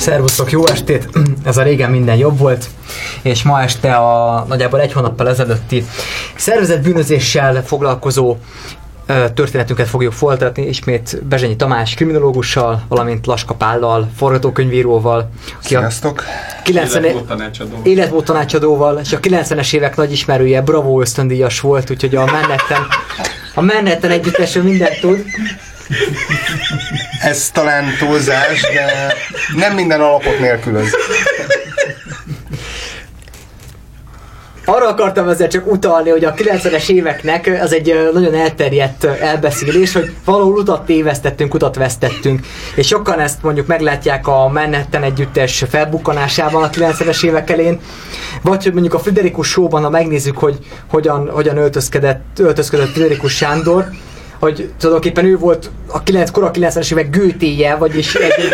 Szervusztok, jó estét! Ez a régen minden jobb volt, és ma este a nagyjából egy hónappal ezelőtti szervezett bűnözéssel foglalkozó történetünket fogjuk folytatni, ismét Bezsenyi Tamás kriminológussal, valamint Laska Pállal, forgatókönyvíróval. Sziasztok! Életmódtanácsadóval, és a 90-es évek nagy ismerője, Bravo ösztöndíjas volt, úgyhogy a Manhattan együttesről mindent tud. Ez talán túlzás, de nem minden alapot nélkülöz. Arra akartam ezzel csak utalni, hogy a 90-es éveknek az egy nagyon elterjedt elbeszélés, hogy valahol utat vesztettünk. És sokan ezt mondjuk meglátják a Manhattan együttes felbukkanásában a 90-es évek elén, vagy hogy mondjuk a Friderikus Show-ban, ha megnézzük, hogy hogyan öltözködött Friderikus Sándor, hogy tulajdonképpen ő volt a kora 90-es évek Goethe-je, vagyis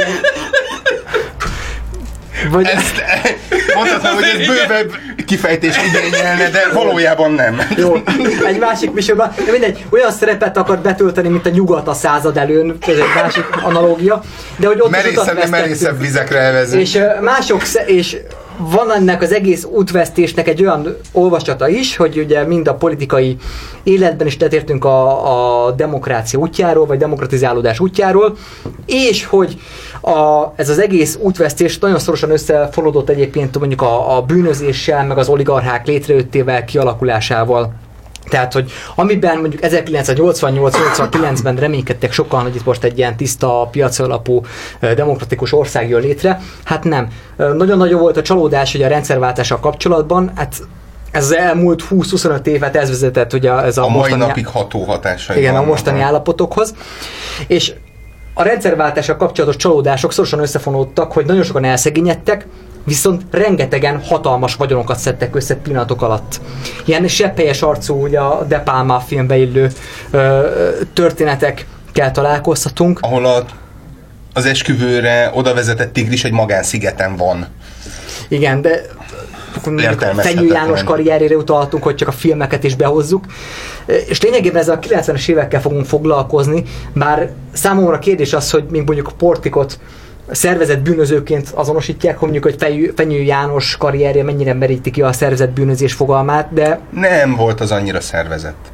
Ezt mondhatnám, hogy ez bővebb kifejtést igényelne, de valójában nem. Jó, egy másik műsorban, de mindegy, olyan szerepet akar betölteni, mint a nyugat a század előn, ez egy másik analógia, de hogy ott merészebb vizekre elvezünk. És van ennek az egész útvesztésnek egy olyan olvasata is, hogy ugye mind a politikai életben is letértünk a demokrácia útjáról, vagy demokratizálódás útjáról, és hogy ez az egész útvesztés nagyon szorosan összefonódott egyébként mondjuk a bűnözéssel, meg az oligarchák létrejöttével, kialakulásával. Tehát, hogy amiben mondjuk 1988-89-ben reménykedtek sokan, hogy itt most egy ilyen tiszta, piaci alapú, demokratikus ország jön létre, hát nem. Nagyon-nagyon volt a csalódás, hogy a rendszerváltással kapcsolatban, hát ez az elmúlt 20-25 évet ez vezetett, ugye ez a mai napig ható hatásai. Igen, a mostani állapotokhoz. És a rendszerváltással kapcsolatos csalódások szorosan összefonódtak, hogy nagyon sokan elszegényedtek, viszont rengetegen hatalmas vagyonokat szedtek össze pillanatok alatt. Ilyen seppelyes arcú, ugye a De Palma filmbe illő történetekkel találkozhatunk. Ahol az esküvőre oda vezetett tigris egy magánszigeten van. Igen, de Fenyő János karrierére utalhatunk, hogy csak a filmeket is behozzuk. És lényegében ezzel a 90-es évekkel fogunk foglalkozni, bár számomra kérdés az, hogy még mondjuk a Portikot szervezett bűnözőként azonosítják, hogy mondjuk, hogy Fenyő János karrierje mennyire meríti ki a szervezett bűnözés fogalmát, de... Nem volt az annyira szervezett.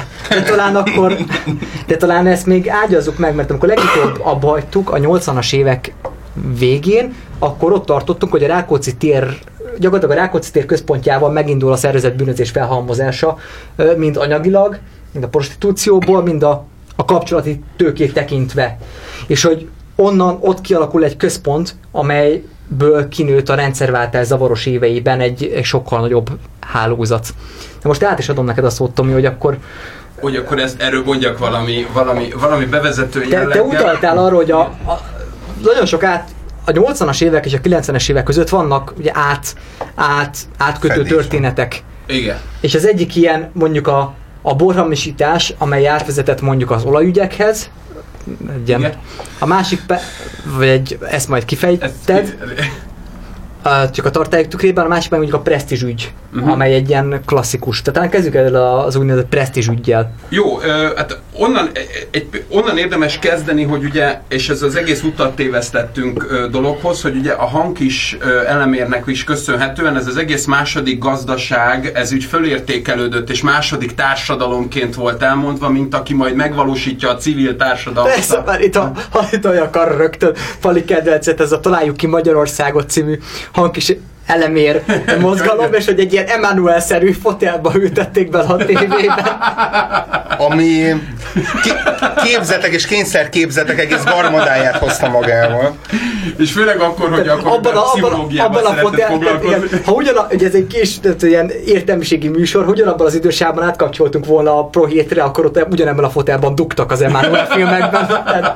De talán ezt még ágyazzuk meg, mert amikor legutóbb abba hagytuk a 80-as évek végén, akkor ott tartottunk, hogy gyakorlatilag a Rákóczi tér központjával megindul a szervezett bűnözés felhalmozása, mind anyagilag, mind a prostitúcióból, mind a kapcsolati tőkét tekintve. És hogy onnan ott kialakul egy központ, amelyből kinőtt a rendszerváltás zavaros éveiben egy sokkal nagyobb hálózat. De most át is adom neked a szót, Tomi, hogy akkor erről mondjak valami bevezető jelleggel. Te utaltál arra, hogy nagyon sok a 80-as évek és a 90-es évek között vannak ugye átkötő Fedés. történetek. Igen. És az egyik ilyen mondjuk a borhamisítás, amely átvezetett mondjuk az olajügyekhez. A másik ezt majd kifejted. Csak a tartályok tükrében, a másik meg mondjuk a presztízsügy, amely egy ilyen klasszikus. Tehát talán kezdjük el az úgynevezett presztízsüggyel. Jó, hát onnan érdemes kezdeni, hogy ugye, és ez az egész utat tévesztettünk dologhoz, hogy ugye a Hankis Elemérnek is köszönhetően ez az egész második gazdaság, ez úgy fölértékelődött, és második társadalomként volt elmondva, mint aki majd megvalósítja a civil társadalmat. Persze, már itt olyan kar rögtön, Pali kedvencet, ez a Találjuk ki Magyarországot című Hankis Elemér mozgalom, és hogy egy ilyen Emmanuel-szerű fotelba ültették bele a tévében. Ami képzetek és kényszerképzetek egész garmadáját hozta magával. És főleg akkor, hogy akkor a pszichológiában szeretett foglalkozni. Ha ugye ez egy kis ilyen értelmiségi műsor, ugyanabban az idősában átkapcsoltunk volna a Pro 7-re, akkor ott ugyanebben a fotelban dugtak az Emmanuel filmekben.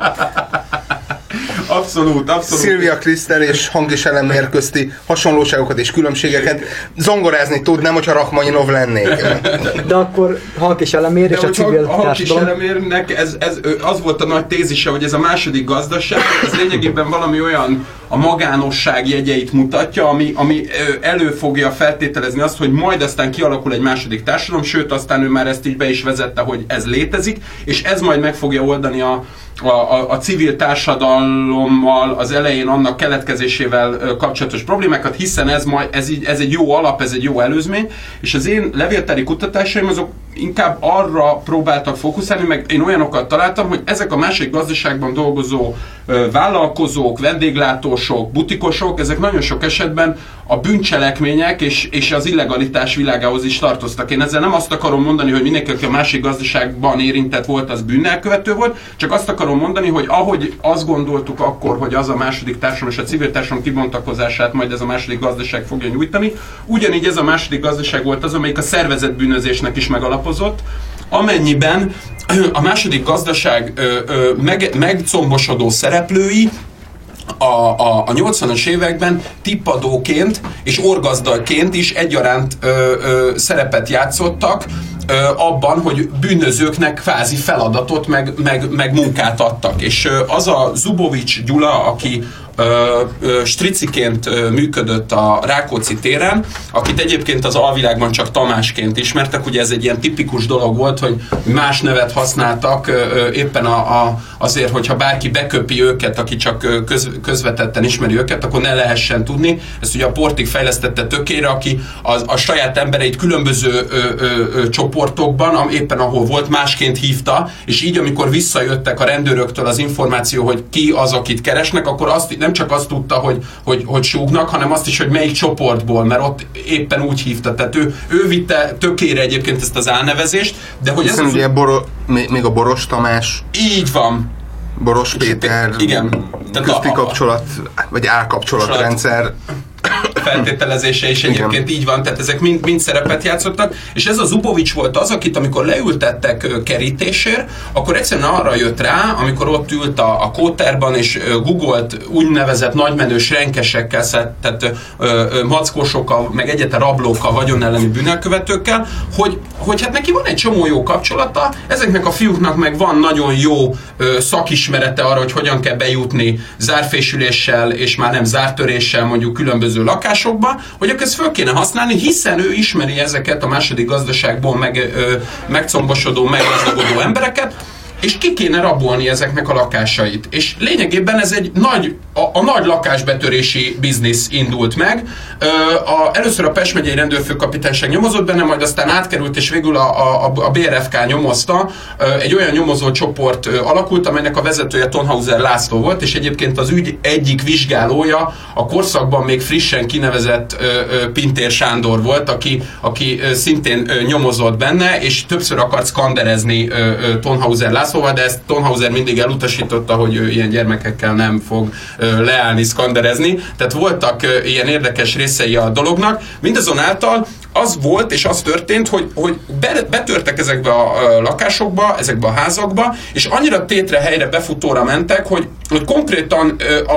Abszolút. Sylvia Kristel és Hankis Elemér közti hasonlóságokat és különbségeket zongorázni tudnám, hogyha Rachmaninov lennék. De akkor Hankis Elemér és a civil társadalom. Hankis Elemérnek az volt a nagy tézise, hogy ez a második gazdaság, ez lényegében valami olyan a magánosság jegyeit mutatja, ami elő fogja feltételezni azt, hogy majd aztán kialakul egy második társadalom, sőt aztán ő már ezt így be is vezette, hogy ez létezik, és ez majd meg fogja oldani a civil társadalommal, az elején annak keletkezésével kapcsolatos problémákat, hiszen ez egy jó alap, ez egy jó előzmény, és az én levéltári kutatásaim azok inkább arra próbáltak fókuszálni, meg én olyanokat találtam, hogy ezek a másik gazdaságban dolgozó vállalkozók, vendéglátósok, butikosok, ezek nagyon sok esetben a bűncselekmények és az illegalitás világához is tartoztak. Én ezzel nem azt akarom mondani, hogy mindenki, aki a másik gazdaságban érintett volt, az bűnelkövető volt, csak azt akarom mondani, hogy ahogy azt gondoltuk akkor, hogy az a második társadalom és a civil társadalom kibontakozását majd ez a második gazdaság fogja nyújtani, ugyanígy ez a második gazdaság volt az, amelyik a szervezett bűnözésnek is megalapozott, amennyiben a második gazdaság megcombosodó szereplői a 80-as években tippadóként és orgazdalként is egyaránt szerepet játszottak abban, hogy bűnözőknek kvázi feladatot meg munkát adtak. És az a Zubovics Gyula, aki striciként működött a Rákóczi téren, akit egyébként az alvilágban csak Tamásként ismertek, ugye ez egy ilyen tipikus dolog volt, hogy más nevet használtak éppen azért, hogyha bárki beköpi őket, aki csak közvetetten ismeri őket, akkor ne lehessen tudni. Ezt ugye a Portik fejlesztette tökére, aki a saját embereit különböző csoportokban, éppen ahol volt, másként hívta, és így amikor visszajöttek a rendőröktől az információ, hogy ki az, akit keresnek, akkor nem csak azt tudta, hogy súgnak, hanem azt is, hogy melyik csoportból, mert ott éppen úgy hívta. Tehát ő vitte tökére egyébként ezt az álnevezést, de hogy ez ugye még a Boros Tamás. Így van. Boros Péter. Igen. Közti kapcsolat, vagy álkapcsolatrendszer feltételezése is egyébként így van, tehát ezek mind szerepet játszottak, és ez a Zubovics volt az, akit amikor leültettek kerítésért, akkor egyszerűen arra jött rá, amikor ott ült a kóterban, és googolt úgynevezett nagymenős renkesekkel, tehát mackósokkal, meg egyáltalán rablókkal, vagyonelleni bűnelkövetőkkel, hogy hát neki van egy csomó jó kapcsolata, ezeknek a fiúknak meg van nagyon jó szakismerete arra, hogy hogyan kell bejutni zárfésüléssel, és már nem zártöréssel mondjuk különböző lakásokba, hogy ezt föl kéne használni, hiszen ő ismeri ezeket a második gazdaságból megcombosodó, meggazdagodó embereket, és ki kéne rabolni ezeknek a lakásait. És lényegében ez egy a nagy lakásbetörési biznisz indult meg. Először a Pest megyei rendőrfőkapitányság nyomozott benne, majd aztán átkerült, és végül a BRFK nyomozta. Egy olyan nyomozó csoport alakult, amelynek a vezetője Tonhauser László volt, és egyébként az ügy egyik vizsgálója a korszakban még frissen kinevezett Pintér Sándor volt, aki szintén nyomozott benne, és többször akart szkanderezni Tonhauser Lászlóval, de ezt Tonhauser mindig elutasította, hogy ő ilyen gyermekekkel nem fog leállni, szkanderezni. Tehát voltak ilyen érdekes részei a dolognak. Mindazonáltal az volt, és az történt, hogy betörtek ezekbe a lakásokba, ezekbe a házakba, és annyira tétre helyre befutóra mentek, hogy konkrétan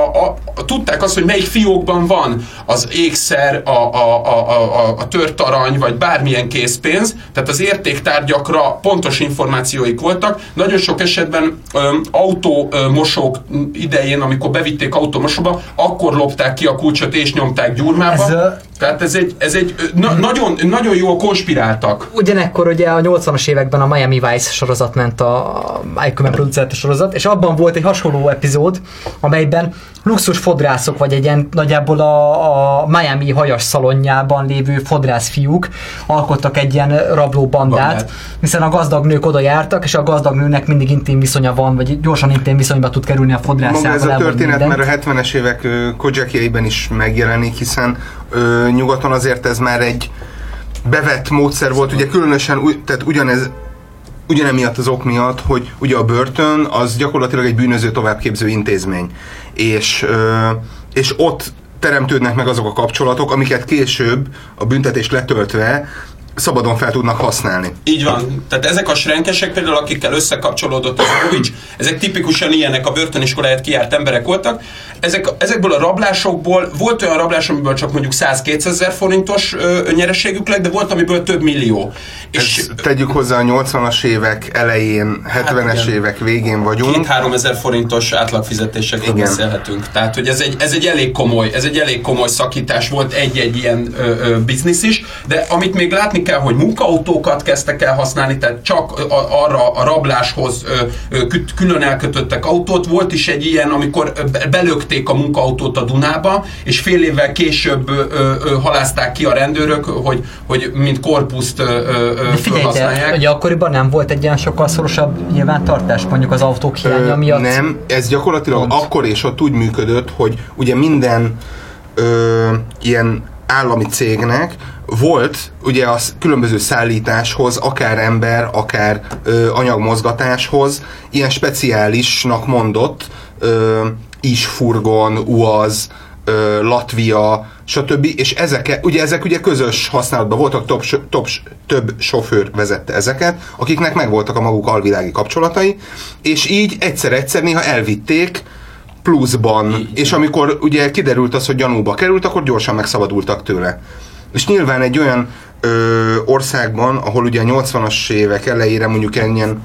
tudták azt, hogy melyik fiókban van az ékszer, a tört arany, vagy bármilyen készpénz, tehát az értéktárgyakra pontos információik voltak. Nagyon sok esetben autómosók idején, amikor bevitték autómosóba, akkor lopták ki a kulcsot és nyomták gyurmába. Tehát ez egy nagyon jól konspiráltak. Ugyanekkor ugye a 80-as években a Miami Vice sorozat ment, a Eichmann producertes sorozat, és abban volt egy hasonló epizód, amelyben luxus fodrászok, vagy egy ilyen nagyjából a Miami hajas szalonjában lévő fodrászfiúk alkottak egy ilyen rablóbandát, hiszen a gazdag nők oda jártak, és a gazdag nőnek mindig intim viszonya van, vagy gyorsan intim viszonyba tud kerülni a fodrászával. Maga ez a történet már a 70-es évek Kodzsekjeiben is megjelenik, hiszen nyugaton azért ez már egy bevett módszer volt, ugye különösen, tehát ugyanemiatt az ok miatt, hogy ugye a börtön az gyakorlatilag egy bűnöző továbbképző intézmény, és ott teremtődnek meg azok a kapcsolatok, amiket később a büntetés letöltve szabadon fel tudnak használni. Így van. Tehát ezek a srenkesek például, akikkel összekapcsolódott a Zubovics, ezek tipikusan ilyenek, a börtöniskoláját kijárt emberek voltak. ezekből a rablásokból volt olyan rablás, amiből csak mondjuk 100-200 forintos nyereségük lett, de volt, amiből több millió. És tegyük hozzá, a 80-as évek elején, 70-es évek végén vagyunk. 2-3 ezer forintos átlagfizetésekről beszélhetünk. Tehát, hogy ez egy elég komoly szakítás volt egy ilyen biznisz is, de amit még látni kell, hogy munkaautókat kezdtek el használni, tehát csak arra a rabláshoz külön elkötöttek autót. Volt is egy ilyen, amikor belökték a munkaautót a Dunába, és fél évvel később halázták ki a rendőrök, hogy mint korpuszt felhasználják. Ugye akkoriban nem volt egy ilyen sokkal szorosabb nyilvántartás, mondjuk az autók hiánya miatt? Nem, ez gyakorlatilag akkor és ott úgy működött, hogy ugye minden ilyen állami cégnek volt ugye a különböző szállításhoz, akár ember, akár anyagmozgatáshoz ilyen speciálisnak mondott furgon, UAZ, Latvia, stb. És ezek ugye közös használatban voltak, több sofőr vezette ezeket, akiknek megvoltak a maguk alvilági kapcsolatai, és így egyszer-egyszer néha elvitték pluszban, és amikor ugye kiderült az, hogy gyanúba került, akkor gyorsan megszabadultak tőle. És nyilván egy olyan országban, ahol ugye a 80-as évek elejére mondjuk ilyen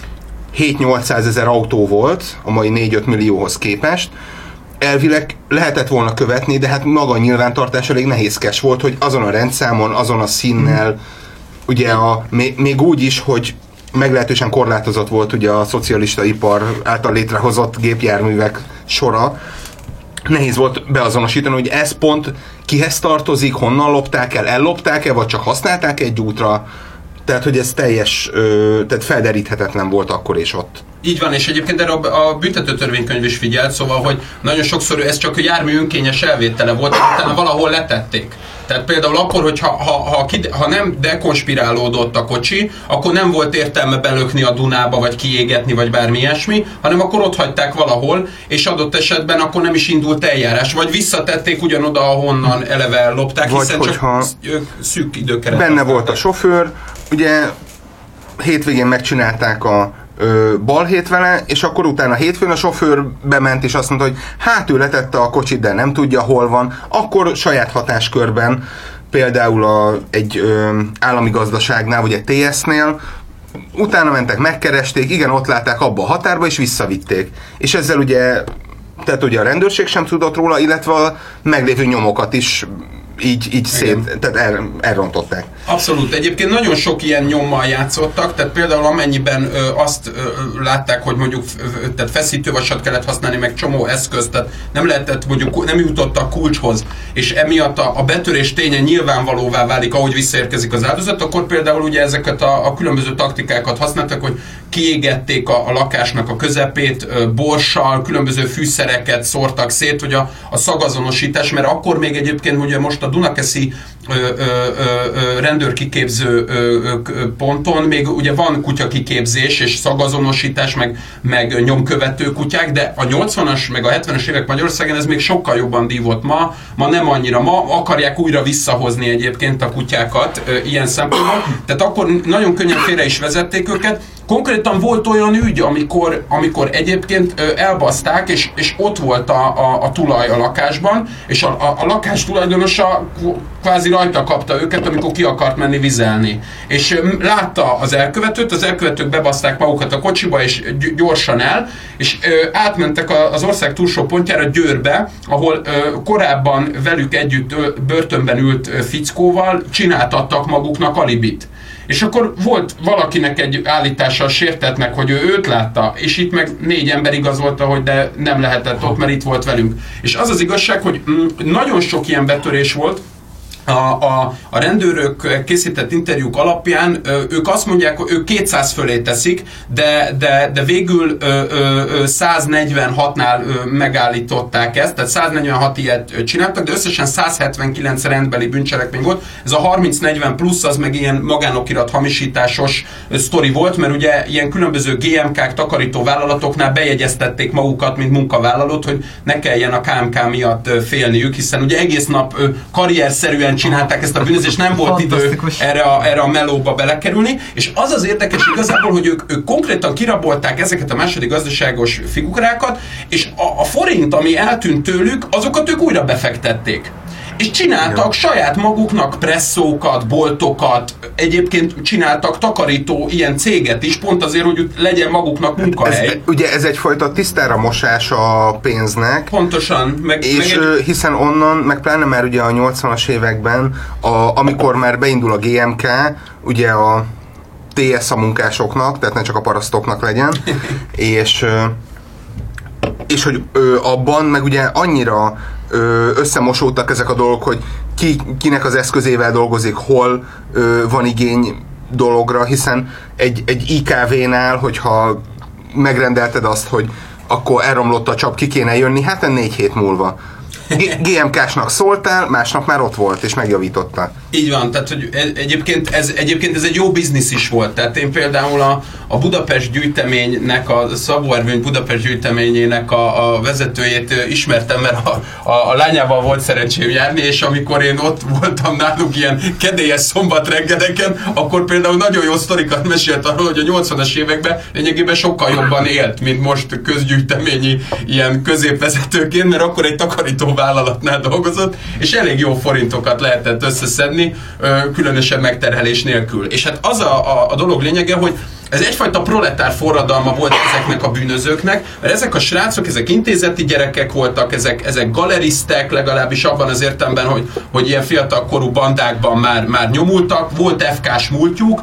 7-800 ezer autó volt, a mai 4-5 millióhoz képest, elvileg lehetett volna követni, de hát maga a nyilvántartás elég nehézkes volt, hogy azon a rendszámon, azon a színnel, ugye még úgy is, hogy meglehetősen korlátozott volt ugye a szocialista ipar által létrehozott gépjárművek sora. Nehéz volt beazonosítani, hogy ez pont kihez tartozik, honnan lopták el, ellopták-e, vagy csak használták egy útra. Tehát, hogy ez tehát felderíthetetlen volt akkor és ott. Így van, és egyébként erre a büntetőtörvénykönyv is figyelt, szóval, hogy nagyon sokszor ez csak a jármű önkényes elvétele volt, és utána valahol letették. Tehát például akkor, hogy ha nem dekonspirálódott a kocsi, akkor nem volt értelme belökni a Dunába, vagy kiégetni, vagy bármi ilyesmi, hanem akkor ott hagyták valahol, és adott esetben akkor nem is indult eljárás, vagy visszatették ugyanoda, ahonnan eleve lopták, vagy hiszen csak szűk időkeret. Benne volt a sofőr, ugye hétvégén megcsinálták a balhét vele, és akkor utána hétfőn a sofőr bement, és azt mondta, hogy hát ő letette a kocsit, de nem tudja, hol van. Akkor saját hatáskörben, például egy állami gazdaságnál, vagy egy TS-nél, utána mentek, megkeresték, igen, ott látták abba a határba, és visszavitték. És ezzel ugye, tehát ugye a rendőrség sem tudott róla, illetve a meglévő nyomokat is így tehát elrontották. Abszolút. Egyébként nagyon sok ilyen nyommal játszottak, tehát például amennyiben azt látták, hogy mondjuk tehát feszítővasat kellett használni, meg csomó eszközt, tehát nem lehetett, mondjuk nem jutottak kulcshoz, és emiatt a betörés ténye nyilvánvalóvá válik, ahogy visszaérkezik az áldozat, akkor például ugye ezeket a különböző taktikákat használtak, hogy kiégették a lakásnak a közepét borssal, különböző fűszereket szórtak szét, hogy a szagazonosítás, mert akkor még egyébként ugye most a Dunakeszi rendőrkiképző ponton még ugye van kutyakiképzés és szagazonosítás, meg nyomkövető kutyák, de a 80-as meg a 70-es évek Magyarországon ez még sokkal jobban dívott. Ma nem annyira. Ma akarják újra visszahozni egyébként a kutyákat ilyen szempontból. Tehát akkor nagyon könnyen félre is vezették őket. Konkrétan volt olyan ügy, amikor egyébként elbaszták, és ott volt a tulaj a lakásban, és a lakás tulajdonosa kvázi rajta kapta őket, amikor ki akart menni vizelni. És látta az elkövetők bebaszták magukat a kocsiba, és gyorsan és átmentek az ország túlsó pontjára, Győrbe, ahol korábban velük együtt börtönben ült fickóval csináltattak maguknak alibit. És akkor volt valakinek egy állítással sértettnek, hogy ő őt látta, és itt meg 4 ember igazolta, hogy de nem lehetett ott, mert itt volt velünk. És az az igazság, hogy nagyon sok ilyen betörés volt. A rendőrök készített interjúk alapján ők azt mondják, hogy ők 200 fölé teszik, de végül 146-nál megállították ezt, tehát 146 ilyet csináltak, de összesen 179 rendbeli bűncselekmény volt. Ez a 30-40 plusz az meg ilyen magánokirat hamisításos sztori volt, mert ugye ilyen különböző GMK-k, takarítóvállalatoknál bejegyeztették magukat, mint munkavállalót, hogy ne kelljen a KMK miatt félniük, hiszen ugye egész nap karrierszerűen közben csinálták ezt a bűnözést, nem volt idő erre a melóba belekerülni, és az az érdekes igazából, hogy ők konkrétan kirabolták ezeket a második gazdaságos figurákat, és a forint, ami eltűnt tőlük, azokat ők újra befektették. És csináltak saját maguknak presszókat, boltokat, egyébként csináltak takarító ilyen céget is, pont azért, hogy legyen maguknak munkahely. Ugye ez egyfajta tisztára mosás a pénznek. Pontosan. Hiszen onnan, meg pláne már ugye a 80-as években, amikor már beindul a GMK, ugye a TS a munkásoknak, tehát ne csak a parasztoknak legyen, és hogy abban meg ugye annyira összemosódtak ezek a dolgok, hogy kinek az eszközével dolgozik, hol van igény dologra, hiszen egy IKV-nál, hogyha megrendelted azt, hogy akkor elromlott a csap, ki kéne jönni, hát 4 hét múlva. GMK-snak szóltál, másnap már ott volt, és megjavította. Így van, tehát hogy egyébként ez egy jó biznisz is volt. Tehát én például a Budapest gyűjteménynek, a Szabó Ervin Budapest gyűjteményének a vezetőjét ismertem, mert a lányával volt szerencsém járni, és amikor én ott voltam náluk ilyen kedélyes szombat reggeleken, akkor például nagyon jó sztorikat mesélt arról, hogy a 80-as években lényegében sokkal jobban élt, mint most közgyűjteményi ilyen középvezetőként, mert akkor egy takarító vállalatnál dolgozott, és elég jó forintokat lehetett összeszedni, különösebb megterhelés nélkül. És hát az a dolog lényege, hogy ez egyfajta proletár forradalma volt ezeknek a bűnözőknek, mert ezek a srácok, ezek intézeti gyerekek voltak, ezek galeristák, legalábbis abban az értelemben, hogy ilyen fiatalkorú bandákban már nyomultak, volt FK-s múltjuk,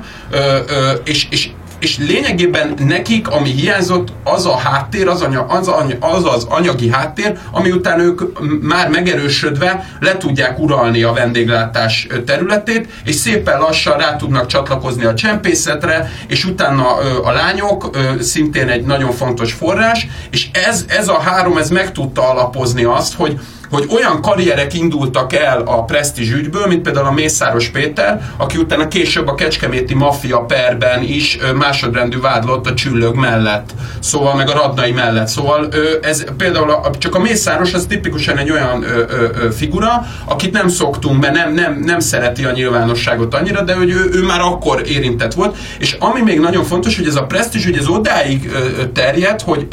és lényegében nekik, ami hiányzott, az a háttér, az anyagi háttér, ami után ők már megerősödve le tudják uralni a vendéglátás területét, és szépen lassan rá tudnak csatlakozni a csempészetre, és utána a lányok szintén egy nagyon fontos forrás, és ez a három, ez meg tudta alapozni azt, hogy olyan karrierek indultak el a presztízs ügyből, mint például a Mészáros Péter, aki utána később a kecskeméti maffia perben is másodrendű vádlott a Csüllög mellett, szóval meg a Radnai mellett. Szóval ez például csak a Mészáros az tipikusan egy olyan figura, akit nem szoktunk, mert nem szereti a nyilvánosságot annyira, de hogy ő már akkor érintett volt. És ami még nagyon fontos, hogy ez a presztízs ügy ez odáig terjedt, hogy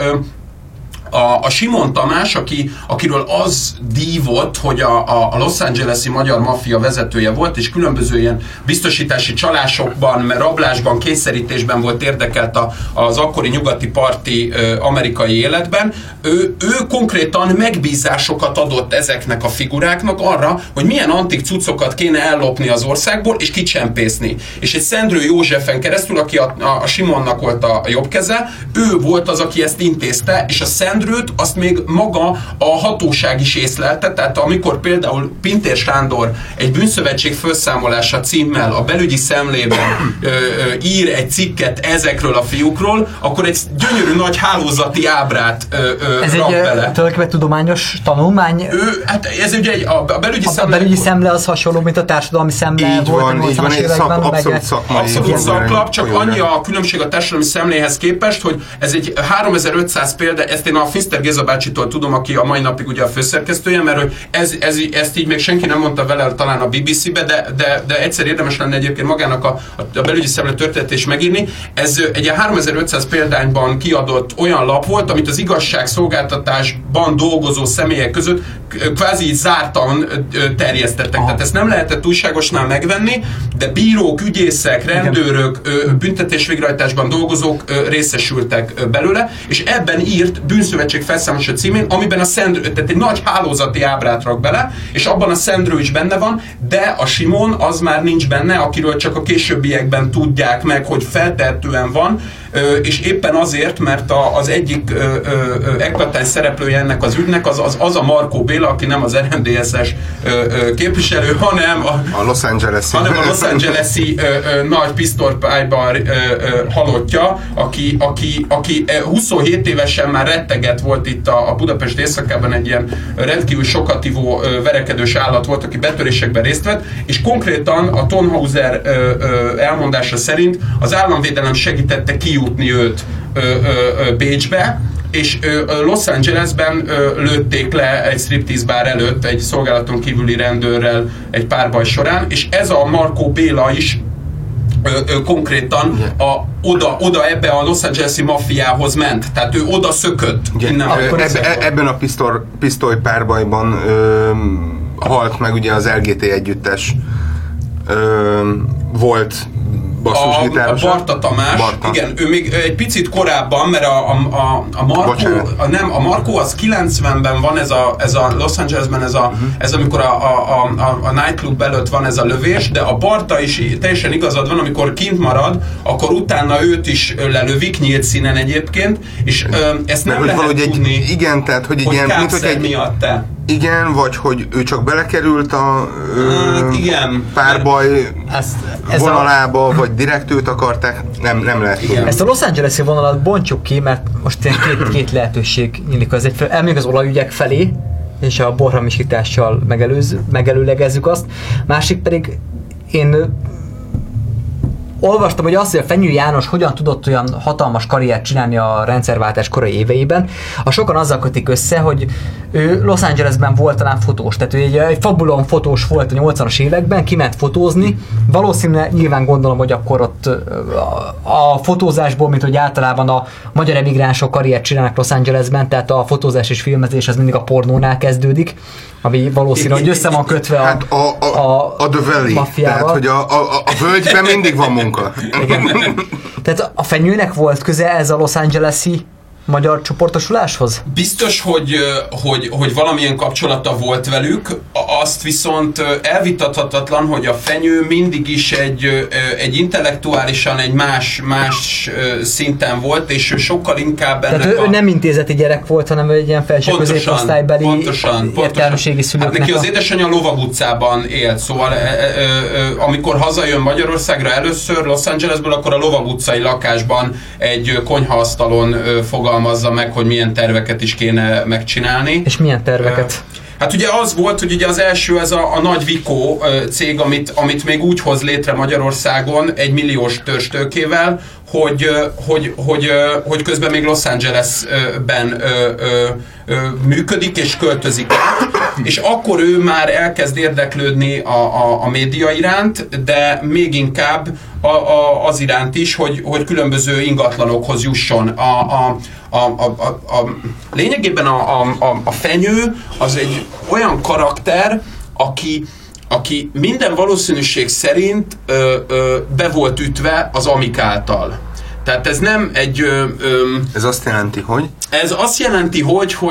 a Simon Tamás, akiről az dívott, hogy a Los Angeles-i magyar maffia vezetője volt, és különböző ilyen biztosítási csalásokban, rablásban, kényszerítésben volt érdekelt az akkori nyugati parti amerikai életben, ő konkrétan megbízásokat adott ezeknek a figuráknak arra, hogy milyen antik cuccokat kéne ellopni az országból, és kicsempészni. És egy Szendrő Józsefen keresztül, aki a Simonnak volt a jobb keze, ő volt az, aki ezt intézte, és a Szendrőt azt még maga a hatóság is észlelte, tehát amikor például Pintér Sándor egy bűnszövetség felszámolása címmel a Belügyi Szemlében ír egy cikket ezekről a fiúkról, akkor egy gyönyörű nagy hálózati ábrát rak bele. Ez egy tulajdonképpen tudományos tanulmány? Hát ez ugye a Belügyi Szemle az hasonló, mint a Társadalmi Szemle így volt van, a 80-as években. Abszolút szakmai. Abszolút szaklap, csak annyi a különbség a Társadalmi Szemléhez képest, hogy ez egy 3500 példa, ezt én a Finster Géza bácsitól tudom, aki a mai napig ugye a főszerkesztője, mert hogy ezt így még senki nem mondta vele, talán a BBC-be, de egyszer érdemes lenne egyébként magának a Belügyi Szemle történetét is megírni. Ez egy 3500 példányban kiadott olyan lap volt, amit az igazságszolgáltatásban dolgozó személyek között kvázi zártan terjesztettek. Tehát ezt nem lehetett újságosnál megvenni, de bírók, ügyészek, rendőrök, büntetésvégrehajtásban dolgozók részesültek belőle, és ebben írt Bűnszövetség felszámolása címén, amiben a Szendrő, tehát egy nagy hálózati ábrát rak bele, és abban a Szendrő is benne van, de a Simon az már nincs benne, akiről csak a későbbiekben tudják meg, hogy feltehetően van, és éppen azért, mert az egyik eklatáns szereplője ennek az ügynek az a Markó Béla, aki nem az RMDSZ-es képviselő, hanem a Los Angeles-i nagy pisztolypályban halottja, aki 27 évesen már retteget volt itt a Budapest éjszakában, egy ilyen rendkívül sokatívó verekedős állat volt, aki betörésekben részt vett, és konkrétan a Tonhauser elmondása szerint az államvédelem segítette kijutni őt Bécsbe, és Los Angelesben lőtték le egy striptease bár előtt egy szolgálaton kívüli rendőrrel egy párbaj során, és ez a Marco Béla is konkrétan oda ebbe a Los Angeles-i maffiához ment. Tehát ő oda szökött. Ebben a pisztoly párbajban halt meg ugye az LGT együttes volt basszusgitáros. A Barta Tamás, igen, ő még egy picit korábban, mert a Marco az 90-ben van ez a Los Angelesben ez amikor a nightclub előtt van ez a lövés, de a Barta is teljesen igazad van, amikor kint marad, akkor utána őt is lelövik, nyílt színen egyébként, és ezt nem lehet tudni, igen, tehát, hogy ilyen, kápszer miatt-e. Igen, vagy hogy ő csak belekerült a igen, párbaj vonalába, vagy direkt őt akarták, nem lehet tudni. Ezt a Los Angeles-i vonalat bontsuk ki, mert most két lehetőség nyílik. Elmegyünk az olajügyek felé, és a borhamisítással megelőlegezzük azt. Másik pedig én olvastam, hogy azt, hogy a Fenyő János hogyan tudott olyan hatalmas karriert csinálni a rendszerváltás korai éveiben, a sokan azzal kötik össze, hogy ő Los Angelesben volt talán fotós, tehát ő egy fabulon fotós volt a 80-as években, kiment fotózni, valószínűleg nyilván gondolom, hogy akkor ott a fotózásból, mint hogy általában a magyar emigránsok karriert csinálnak Los Angelesben, tehát a fotózás és filmezés az mindig a pornónál kezdődik, ami valószínű, hogy össze van kötve a The Valley, maffiával. Tehát, hogy a völgyben mindig van munka. Igen. Tehát a Fenyőnek volt köze ez a Los Angeles-i magyar csoportosuláshoz? Biztos, hogy valamilyen kapcsolata volt velük, azt viszont elvitathatatlan, hogy a Fenyő mindig is egy intellektuálisan egy más szinten volt, és ő sokkal inkább ennek tehát ő nem intézeti gyerek volt, hanem egy ilyen felső középosztálybeli értelmiségi szülőknek. Hát neki az édesanyja a Lovag utcában élt, szóval amikor hazajön Magyarországra először Los Angelesből, akkor a Lovag utcai lakásban egy konyhaasztalon fogalmazza meg, hogy milyen terveket is kéne megcsinálni. És milyen terveket? Hát ugye az volt, hogy ugye az első ez a Nagy Vikó cég, amit még úgy hoz létre Magyarországon 1 milliós törstőkével, hogy közben még Los Angelesben működik és költözik. És akkor ő már elkezd érdeklődni a média iránt, de még inkább az iránt is, hogy különböző ingatlanokhoz jusson. Lényegében a Fenyő az egy olyan karakter, aki minden valószínűség szerint be volt ütve az Amik által. Tehát ez nem egy... Ez azt jelenti, hogy? Ez azt jelenti,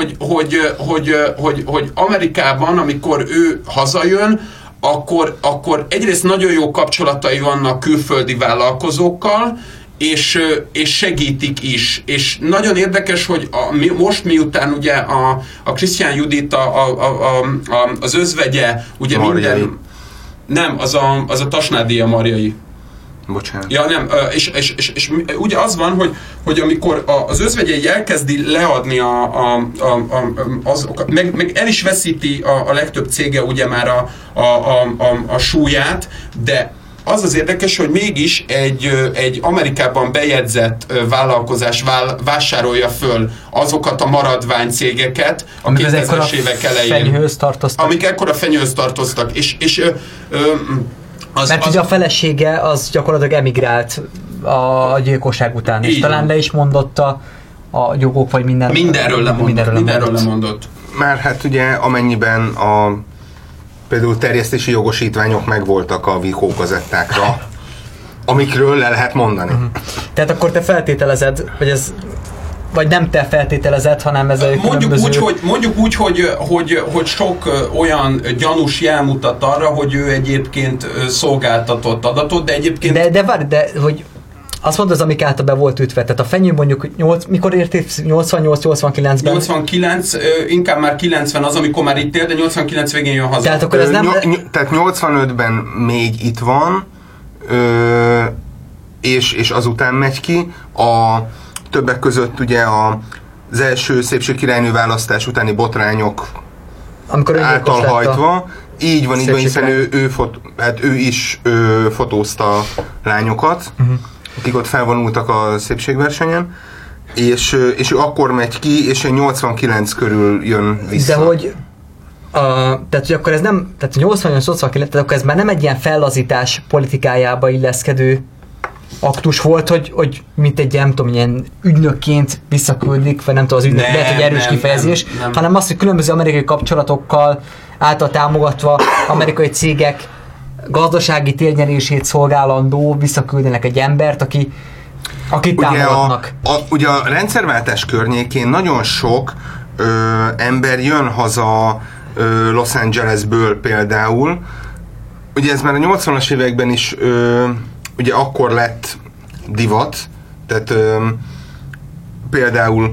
hogy Amerikában, amikor ő hazajön, akkor egyrészt nagyon jó kapcsolatai vannak külföldi vállalkozókkal, és segítik is. És nagyon érdekes, hogy most miután ugye a Krisztián Judit az özvegye, ugye Marjai. minden... Nem, az a Tasnádi a Marjai. Bocsánat. Ja, nem, és ugye az van, hogy amikor az özvegyei elkezdi leadni meg el is veszíti a legtöbb cége ugye már a súlyát, de az érdekes, hogy mégis egy Amerikában bejegyzett vállalkozás vásárolja föl azokat a maradványcégeket a 2000-es évek elején. Amik ekkor a Fenyőhöz tartoztak. Mert ugye a felesége az gyakorlatilag emigrált a gyilkosság után, és talán le is mondotta a jogok, vagy mindenről lemondott. Már hát ugye amennyiben például terjesztési jogosítványok megvoltak a Vikó kazettákra, amikről le lehet mondani. Tehát akkor te feltételezed, hogy ez, vagy nem te feltételezed, hanem ez egy Mondjuk úgy, hogy sok olyan gyanús jel mutat arra, hogy ő egyébként szolgáltatott adatot, de egyébként... De várj, hogy azt mondod, az Amik által be volt ütve, tehát a Fenyő mondjuk mikor érték? 88-89-ben? 89, inkább már 90 az, amikor már itt él, de 89 végén jön haza. Tehát akkor ez nem... Tehát 85-ben még itt van, és azután megy ki. Többek között ugye az első szépségkirálynő választás utáni botrányok által hajtva. Így van, hiszen ő is fotózta lányokat, akik ott felvonultak a szépségversenyen, és ő akkor megy ki, és 89 körül jön vissza. De hogy tehát, hogy akkor ez nem, tehát 88-89, tehát akkor ez már nem egy ilyen fellazítás politikájába illeszkedő aktus volt, hogy mint egy, nem tudom, ilyen ügynökként visszaküldik, vagy nem tudom, az ügynök, lehet, hogy erős kifejezés, nem. Hanem az, hogy különböző amerikai kapcsolatokkal által támogatva amerikai cégek gazdasági térnyerését szolgálandó visszaküldenek egy embert, akit támogatnak. Ugye a rendszerváltás környékén nagyon sok ember jön haza Los Angelesből például. Ugye ez már a 80-as években is ugye akkor lett divat, tehát például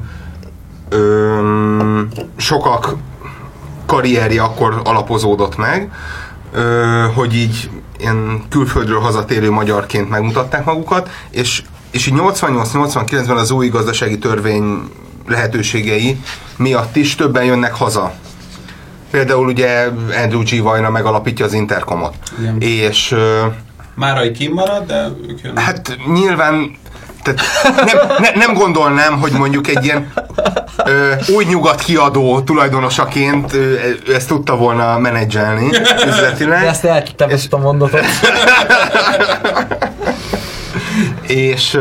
sokak karrierje akkor alapozódott meg, hogy így ilyen külföldről hazatérő magyarként megmutatták magukat, és így 88-89-ben az új gazdasági törvény lehetőségei miatt is többen jönnek haza. Például ugye Andrew G. Vajna megalapítja az Intercomot. Igen. És Márai kimarad, de ők jönnek. hát nyilván tehát nem gondolnám, hogy mondjuk egy ilyen új nyugat kiadó tulajdonosaként ő ezt tudta volna menedzselni üzletileg. De ezt elkittem ezt a mondatot. és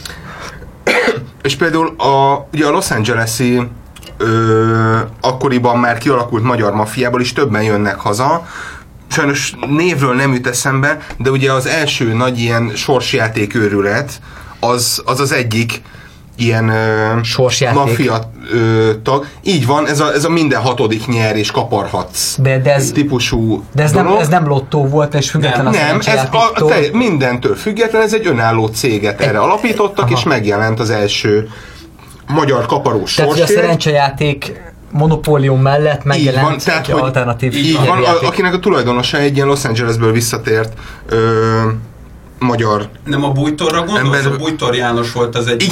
például ugye a Los Angeles-i akkoriban már kialakult magyar maffiából is többen jönnek haza. Sajnos névről nem jut eszembe, de ugye az első nagy ilyen sorsjáték őrület az egyik ilyen maffia tag. Így van, ez a minden hatodik nyer és kaparhatsz típusú de ez nem lottó volt, és független a szerencsejátéktól. Mindentől független, ez egy önálló céget erre alapítottak, és megjelent az első magyar kaparós sorsjét. Tehát, hogy a szerencsejáték monopólium mellett megjelent egy alternatív. Így van, akinek a tulajdonosa egy ilyen Los Angelesből visszatért magyar nem a Bújtorra gondolsz? A Bújtor János volt az egyik.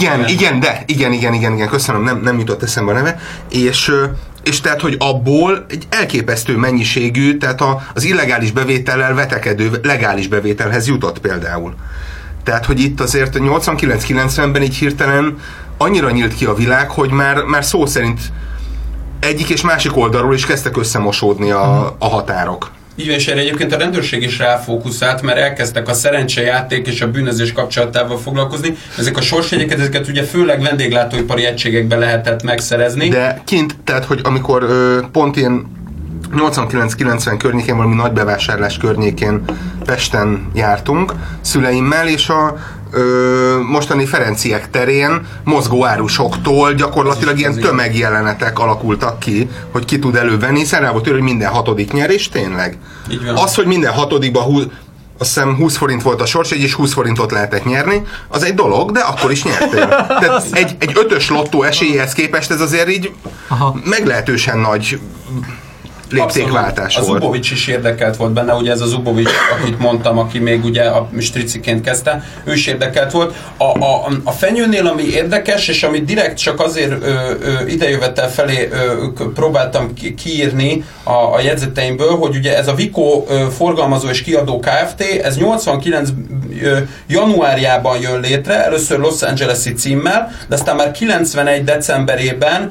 Igen, köszönöm, nem jutott eszembe a neve. És tehát, hogy abból egy elképesztő mennyiségű, tehát az illegális bevétellel vetekedő legális bevételhez jutott például. Tehát, hogy itt azért 89-90-ben így hirtelen annyira nyílt ki a világ, hogy már szó szerint egyik és másik oldalról is kezdtek összemosódni a határok. Így van, és erre egyébként a rendőrség is ráfókuszált, mert elkezdtek a szerencsejáték és a bűnözés kapcsolatával foglalkozni. Ezek a sorsjegyeket, ezeket ugye főleg vendéglátóipari egységekben lehetett megszerezni. De kint, tehát, hogy amikor pont ilyen 89-90 környékén, valami nagy bevásárlás környékén Pesten jártunk szüleimmel, és a mostani Ferenciek terén mozgó árusoktól gyakorlatilag ilyen tömegjelenetek alakultak ki, hogy ki tud elővenni, hiszen rá volt hogy minden hatodik nyer, és tényleg. Az, hogy minden hatodikban azt hiszem 20 forint volt a sorsjegy, és 20 forintot lehetett nyerni, az egy dolog, de akkor is nyertél. Tehát egy ötös lottó esélyéhez képest ez azért így meglehetősen nagy léptékváltás volt. A Zubovics is érdekelt volt benne, ugye ez a Zubovics, akit mondtam, aki még ugye a striciként kezdte, ő is érdekelt volt. A fenyőnél, ami érdekes, és amit direkt csak azért idejövetel felé próbáltam kiírni a jegyzeteimből, hogy ugye ez a Vico forgalmazó és kiadó Kft. Ez 89 januárjában jön létre, először Los Angeles-i címmel, de aztán már 91 decemberében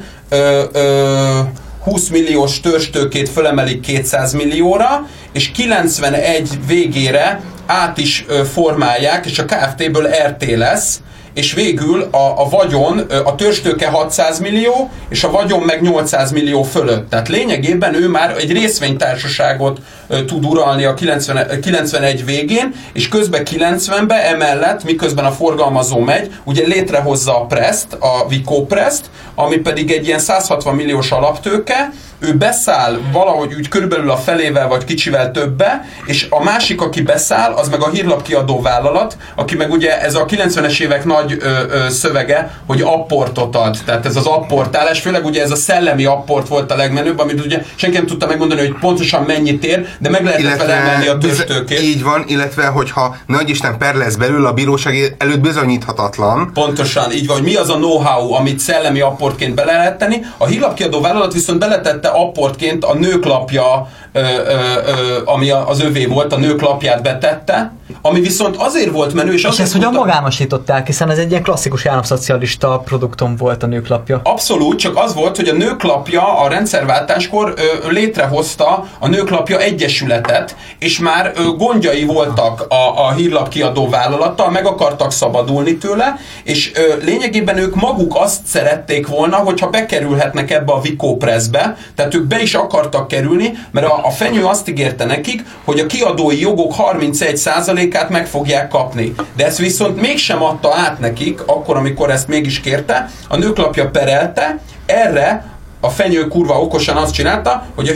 20 milliós törzstőkét fölemelik 200 millióra, és 91 végére át is formálják, és a Kft-ből RT lesz, és végül a vagyon, a törzstőke 600 millió, és a vagyon meg 800 millió fölött. Tehát lényegében ő már egy részvénytársaságot tud uralni a 91 végén, és közben 90-ben emellett, miközben a forgalmazó megy, ugye létrehozza a Prest, a Vico Prest, ami pedig egy ilyen 160 milliós alaptőke, ő beszáll valahogy úgy körülbelül a felével vagy kicsivel többe, és a másik, aki beszáll, az meg a hírlapkiadó vállalat, aki meg ugye ez a 90-es évek nagy szövege, hogy apportot ad. Tehát ez az apportálás, főleg ugye ez a szellemi apport volt a legmenőbb, amit ugye senki nem tudta megmondani, hogy pontosan mennyit ér, de meg lehetett vele emelni a törzstőkét. Így van, illetve hogyha nagyisten per lesz belül, a bíróság előtt bizonyíthatatlan. Pontosan, így van, hogy mi az a know-how, amit szellemi apportként bele lehet tenni. A hírlapkiadó vállalat viszont beletette apportként a Nőklapja, ami az övé volt, a Nőklapját betette, ami viszont azért volt menő, és ezt hogyan magánosították, hiszen ez egy ilyen klasszikus államszocialista produktum volt a Nőklapja. Abszolút, csak az volt, hogy a Nőklapja a rendszerváltáskor létrehozta a Nőklapja Egyesületet, és már gondjai voltak a hírlap kiadó vállalattal, meg akartak szabadulni tőle, és lényegében ők maguk azt szerették volna, hogyha bekerülhetnek ebbe a Vico Pressbe, tehát ők be is akartak kerülni, mert a Fenyő azt ígérte nekik, hogy a kiadói jogok 31%-át meg fogják kapni. De ezt viszont mégsem adta át nekik, akkor, amikor ezt mégis kérte, a Nőklapja perelte, erre a Fenyő kurva okosan azt csinálta, hogy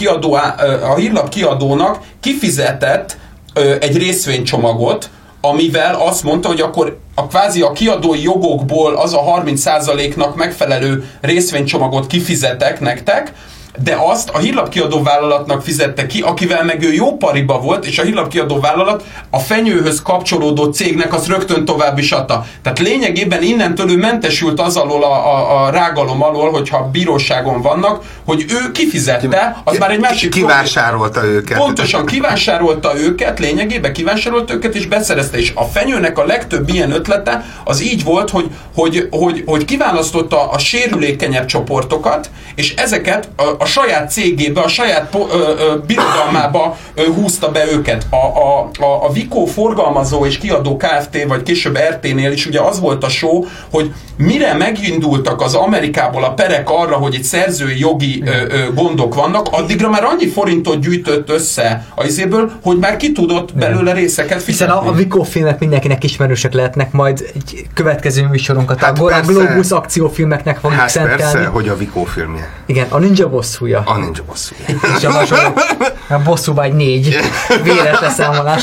a hírlap kiadónak kifizetett egy részvénycsomagot, amivel azt mondta, hogy akkor kvázi a kiadói jogokból az a 30%-nak megfelelő részvénycsomagot kifizetek nektek, de azt a hírlapkiadó vállalatnak fizette ki, akivel meg ő jó pariba volt, és a hírlapkiadó vállalat a Fenyőhöz kapcsolódó cégnek azt rögtön tovább is adta. Tehát lényegében innentől ő mentesült az alól a rágalom alól, hogyha bíróságon vannak, hogy ő kifizette, az már egy másik kivásárolta őket. Pontosan kivásárolta őket, lényegében kivásárolta őket, és beszerezte. És a Fenyőnek a legtöbb ilyen ötlete az így volt, hogy kiválasztotta a sérülékenyebb csoportokat, és ezeket a saját cégébe, a saját birodalmába húzta be őket. A Vico forgalmazó és kiadó Kft. Vagy később RT-nél is ugye az volt a show, hogy mire megindultak az Amerikából a perek arra, hogy egy szerzői jogi gondok vannak, addigra már annyi forintot gyűjtött össze a izéből, hogy már ki tudott belőle részeket fizetni. Hiszen a Vico filmek mindenkinek ismerősek lehetnek, majd egy következő műsorunkat a Globus akciófilmeknek fogjuk szentelni. Persze, hogy a Vico filmje. Igen, a Ninja bosszúja. A Ninja bosszúja. És a bosszúvágy 4 véres leszámolás.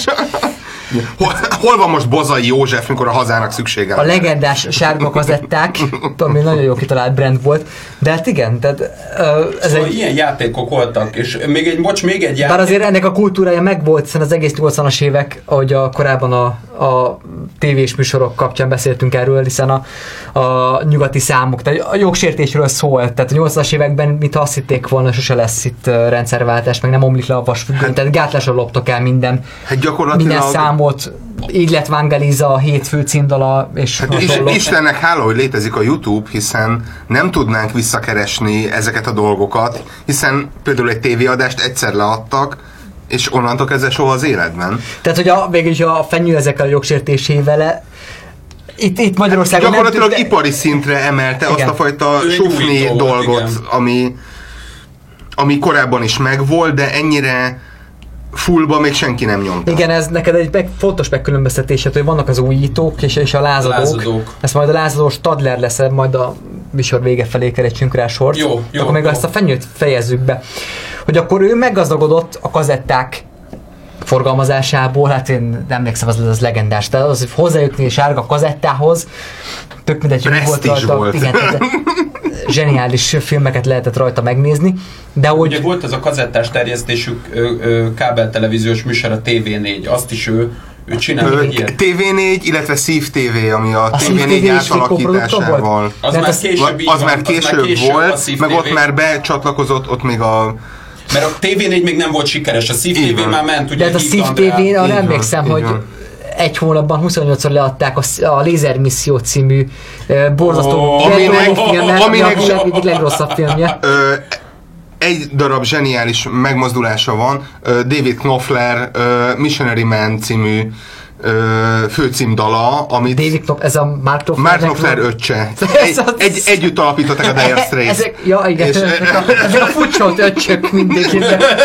Hol van most Bozai József, mikor a hazának szüksége van? A legendás sárga kazetták, ami nagyon jó kitalált brand volt, de hát igen, tehát ez szóval ilyen játékok voltak, és még egy játék. Bár azért ennek a kultúrája megvolt, hiszen az egész 80-as évek, ahogy korábban a tévés műsorok kapcsán beszéltünk erről, hiszen a nyugati számok, tehát a jogsértésről szólt, tehát a 80-as években, mintha azt hitték volna, sose lesz itt rendszerváltás, meg nem omlik le a vasfüggöny, tehát gátlásra loptak el minden számot, így lett Vangeliza a hétfő címdala, és Istennek hála, hogy létezik a YouTube, hiszen nem tudnánk visszakeresni ezeket a dolgokat, hiszen például egy tévéadást egyszer leadtak, és onnantól kezdve soha az életben. Tehát, hogy végülis a Fenyő ezekkel a jogsértésével itt Magyarországon gyakorlatilag ipari szintre emelte azt a fajta sufni dolgot, ami korábban is megvolt, de ennyire fullba még senki nem nyomta. Igen, ez neked egy fontos megkülönböztetésed, hogy vannak az újítók és a lázadók. Ez majd a lázadó Stadler lesz, majd a műsor vége felé kerítsünk rá sort. Jó, akkor még ezt a Fenyőt fejezzük be. Hogy akkor ő meggazdagodott a kazetták forgalmazásából, hát én nem emlékszem, az legendás, tehát az, hogy hozzájutni a sárga kazettához, tök mindegy, hogy volt rajta. Igen, zseniális filmeket lehetett rajta megnézni, de hogy... Ugye volt ez a kazettás terjesztésű kábeltelevíziós műsor, a TV4, azt is ő csinál egy ilyet. TV4, illetve Szív TV, ami a TV4 átalakításával. Az már később volt, meg ott már becsatlakozott, ott még a... Mert a TV4 még nem volt sikeres, a Szív TV már ment, ugye. De a Szív TV-n arra emlékszem, hogy egy hónapban 28-szor leadták a Lézermisszió című borzasztó filmet, ami a egyik legrosszabb filmje. Egy darab zseniális megmozdulása van, David Knopfler Missionary Man című főcímdala, amit... David Knopfler, ez a Mark Knopfler öccse. Együtt alapították a Dire Straits. Ezek a futcsolt öccsök mindig.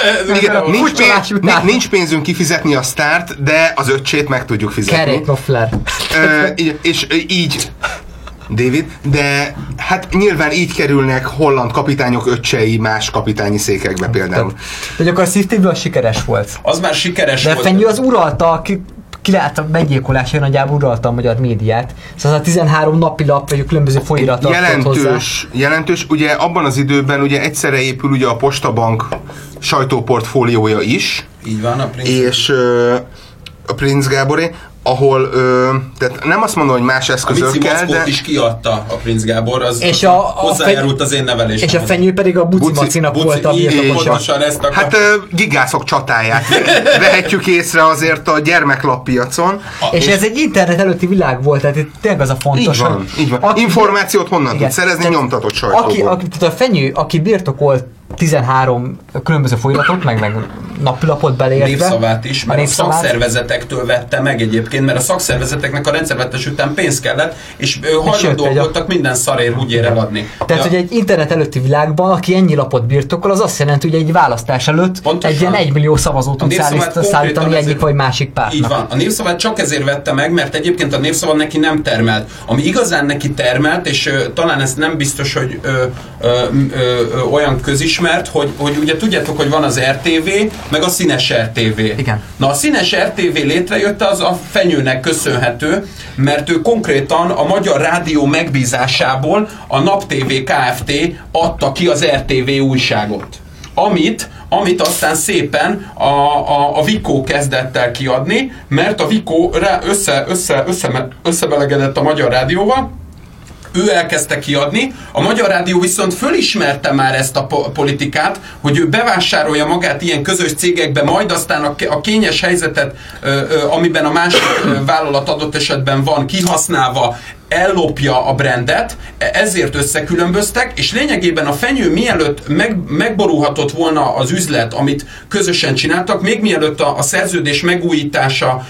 Nincs pénzünk kifizetni a sztárt, de az öccsét meg tudjuk fizetni. Kerry Knopfler. És így... David, de hát nyilván így kerülnek holland kapitányok öccsei más kapitányi székekbe például. De akkor a Szív TV az sikeres volt. Az már sikeres volt. De Fenyő az uralta, ki lehet a meggyilkolásra nagyjából uralta a magyar médiát. Szóval a 13 napilap, vagy a különböző folyiratok jelentős, ugye abban az időben ugye egyszerre épül ugye a Postabank sajtóportfóliója is. Így van, a Prince. És a Prince Gáboré. ahol, tehát nem azt mondom, hogy más eszközökkel, de... is kiadta a Prince Gábor, az és hozzájárult az én nevelésem. És a fenyő pedig a Buci Macinak volt a birtokosa. Hát gigászok csatáját vehetjük észre azért a gyermeklappiacon. És ez egy internet előtti világ volt, tehát tényleg az a fontos. Így van. Információt honnan tud szerezni? Nyomtatott sajtóból. Tehát a fenyő, aki birtokolt 13 különböző folyamatot, meg napilapot beleértve. Népszavát is, mert a szakszervezetektől vette meg egyébként, mert a szakszervezeteknek a rendszervetés után pénz kellett, és hajlandóak voltak minden szarért úgy eladni. Tehát, hogy egy internet előtti világban, aki ennyi lapot birtokol, az azt jelenti, hogy egy választás előtt pontosan, egy ilyen 1 millió szavazót tud szállítani egyik vagy másik pártnak. Így van. A Népszavát csak ezért vette meg, mert egyébként a Népszava neki nem termelt. Ami igazán neki termelt, és talán ez nem biztos, hogy olyan közismert, hogy ugye tudjátok, hogy van az RTV, meg a színes RTV. Igen. Na a színes RTV létrejött, az a fenyőnek köszönhető, mert ő konkrétan a Magyar Rádió megbízásából a Nap TV Kft. Adta ki az RTV újságot. Amit aztán szépen a Vikó kezdett el kiadni, mert a Vikó összebelegedett a Magyar Rádióval, ő elkezdte kiadni, a Magyar Rádió viszont fölismerte már ezt a politikát, hogy ő bevásárolja magát ilyen közös cégekbe, majd aztán a kényes helyzetet, amiben a másik vállalat adott esetben van, kihasználva, ellopja a brandet, ezért összekülönböztek, és lényegében a fenyő mielőtt megborulhatott volna az üzlet, amit közösen csináltak, még mielőtt a szerződés megújítása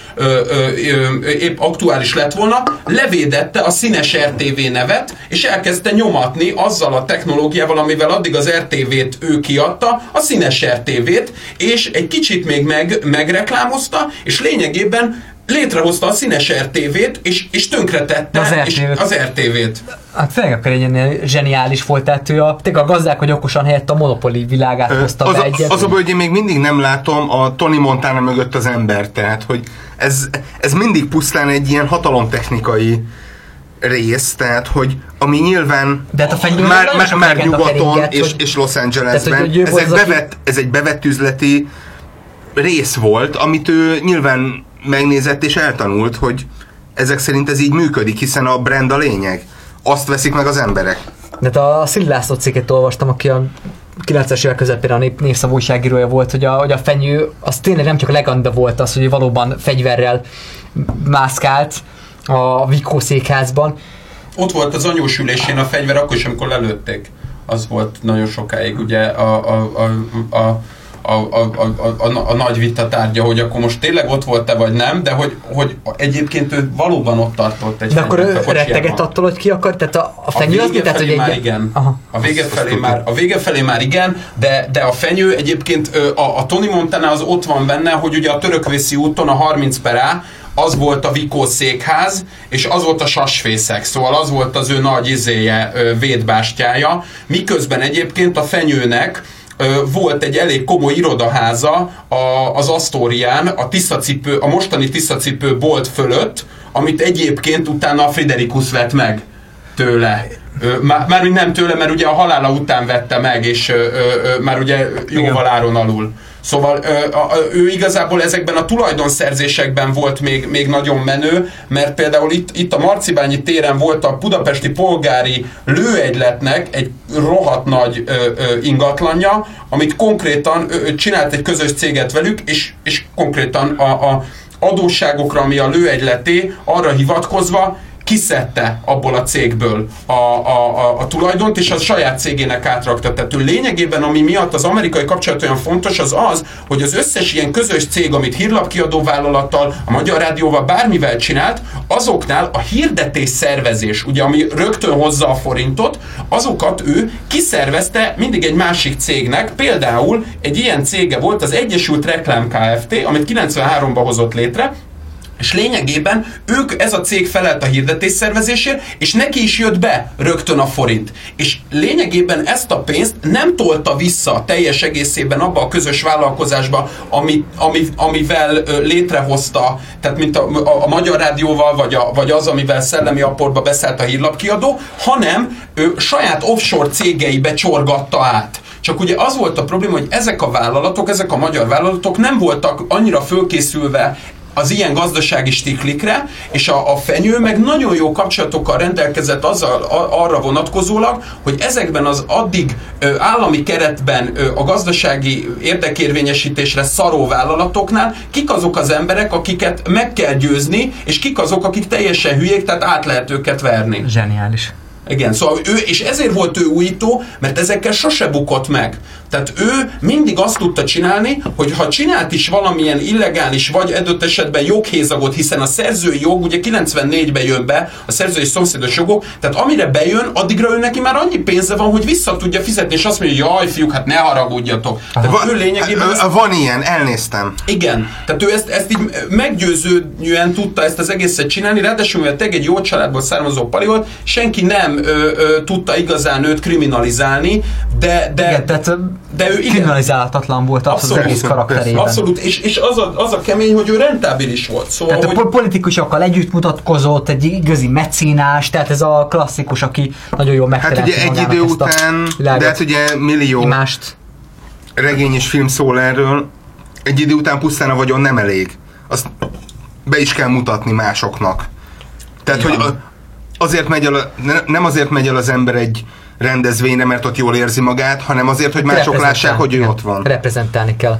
épp aktuális lett volna, levédette a színes RTV nevet, és elkezdte nyomatni azzal a technológiával, amivel addig az RTV-t ő kiadta, a színes RTV-t, és egy kicsit még megreklámozta, és lényegében létrehozta a színes RTV-t, és tönkretette az RTV-t. Hát tényleg akkor egy ilyen zseniális volt, tehát ő a gazdák, hogy okosan helyett a monopoli világát hozta be egyet. Az a baj, hogy én még mindig nem látom a Tony Montana mögött az ember, tehát hogy ez mindig pusztán egy ilyen hatalomtechnikai rész, tehát hogy ami nyilván de hát már nyugaton és Los Angelesben, ez egy bevett üzleti rész volt, amit ő nyilván megnézett és eltanult, hogy ezek szerint ez így működik, hiszen a brand a lényeg. Azt veszik meg az emberek. De a Szili László cikket olvastam, aki a 90-es évek közepén a Népszava újságírója volt, hogy a fenyő, az tényleg nem csak a legenda volt az, hogy valóban fegyverrel mászkált a Vikó székházban. Ott volt az anyósülésén a fegyver, akkor is, amikor lelőtték. Az volt nagyon sokáig, ugye a nagy vita tárgya, hogy akkor most tényleg ott volt-e vagy nem, de hogy egyébként ő valóban ott tartott egy. De akkor ő rettegett attól, hogy ki akar, tehát a fenyő az tehát, hogy már igen. Aha. A vége felé már igen, de a fenyő egyébként a Tony Montana az ott van benne, hogy ugye a Törökvészi úton a 30/A az volt a Vikó székház, és az volt a Sasfészek, szóval az volt az ő nagy védbástyája, miközben egyébként a fenyőnek volt egy elég komoly irodaháza az Asztórián, a mostani Tiszacipő bolt fölött, amit egyébként utána a Friderikus vett meg tőle. Mármint nem tőle, mert ugye a halála után vette meg, és már ugye jóval áron alul. Szóval ő igazából ezekben a tulajdonszerzésekben volt még nagyon menő, mert például itt a Marcibányi téren volt a budapesti polgári lőegyletnek egy rohadt nagy ingatlanja, amit konkrétan csinált egy közös céget velük, és konkrétan a adósságokra, ami a lőegyleté, arra hivatkozva kiszedte abból a cégből a tulajdont, és az saját cégének átrakta. Tehát lényegében, ami miatt az amerikai kapcsolat olyan fontos, az, hogy az összes ilyen közös cég, amit hírlapkiadó vállalattal, a Magyar Rádióval bármivel csinált, azoknál a hirdetés szervezés, ugye, ami rögtön hozza a forintot, azokat ő kiszervezte mindig egy másik cégnek, például egy ilyen cége volt az Egyesült Reklám Kft., amit 93-ban hozott létre, és lényegében ez a cég felelt a hirdetés szervezésért, és neki is jött be rögtön a forint. És lényegében ezt a pénzt nem tolta vissza teljes egészében abba a közös vállalkozásba, amivel létrehozta, tehát mint a Magyar Rádióval, vagy az, amivel szellemi apportba beszállt a hírlapkiadó, hanem ő saját offshore cégeibe csorgatta át. Csak ugye az volt a probléma, hogy ezek a vállalatok, ezek a magyar vállalatok nem voltak annyira fölkészülve az ilyen gazdasági stiklikre, és a fenyő meg nagyon jó kapcsolatokkal rendelkezett arra vonatkozólag, hogy ezekben az addig állami keretben a gazdasági érdekérvényesítésre szaró vállalatoknál kik azok az emberek, akiket meg kell győzni, és kik azok, akik teljesen hülyék, tehát át lehet őket verni. Zseniális. Igen, szóval és ezért volt ő újító, mert ezekkel sose bukott meg. Tehát ő mindig azt tudta csinálni, hogy ha csinált is valamilyen illegális, vagy adott esetben joghézagot, hiszen a szerzői jog ugye 94-ben jön be, a szerzői szomszédos jogok, tehát amire bejön, addigra ő neki már annyi pénze van, hogy vissza tudja fizetni, és azt mondja, jaj fiúk, hát ne haragudjatok. Tehát ő lényegében... Van ilyen, elnéztem. Igen, tehát ő ezt így meggyőzően tudta ezt az egészet csinálni, ráadásul mivel egy jó családból származó pali volt, senki nem tudta igazán őt kriminalizálni, de ő kriminalizálhatatlan volt az egész karakterében. Abszolút, és az a kemény, hogy ő rentábilis volt. Szóval, tehát hogy... politikusokkal együtt mutatkozott, egy igazi mecénás, tehát ez a klasszikus, aki nagyon jól megteremti hát ugye egy idő után, de hát ugye millió imást. Regény és film szól erről, egy idő után pusztán a vagyon nem elég. Azt be is kell mutatni másoknak. Tehát, hogy azért nem azért megy el az ember egy rendezvényre, mert ott jól érzi magát, hanem azért, hogy mások lássák, hogy ő ott van. Reprezentálni kell.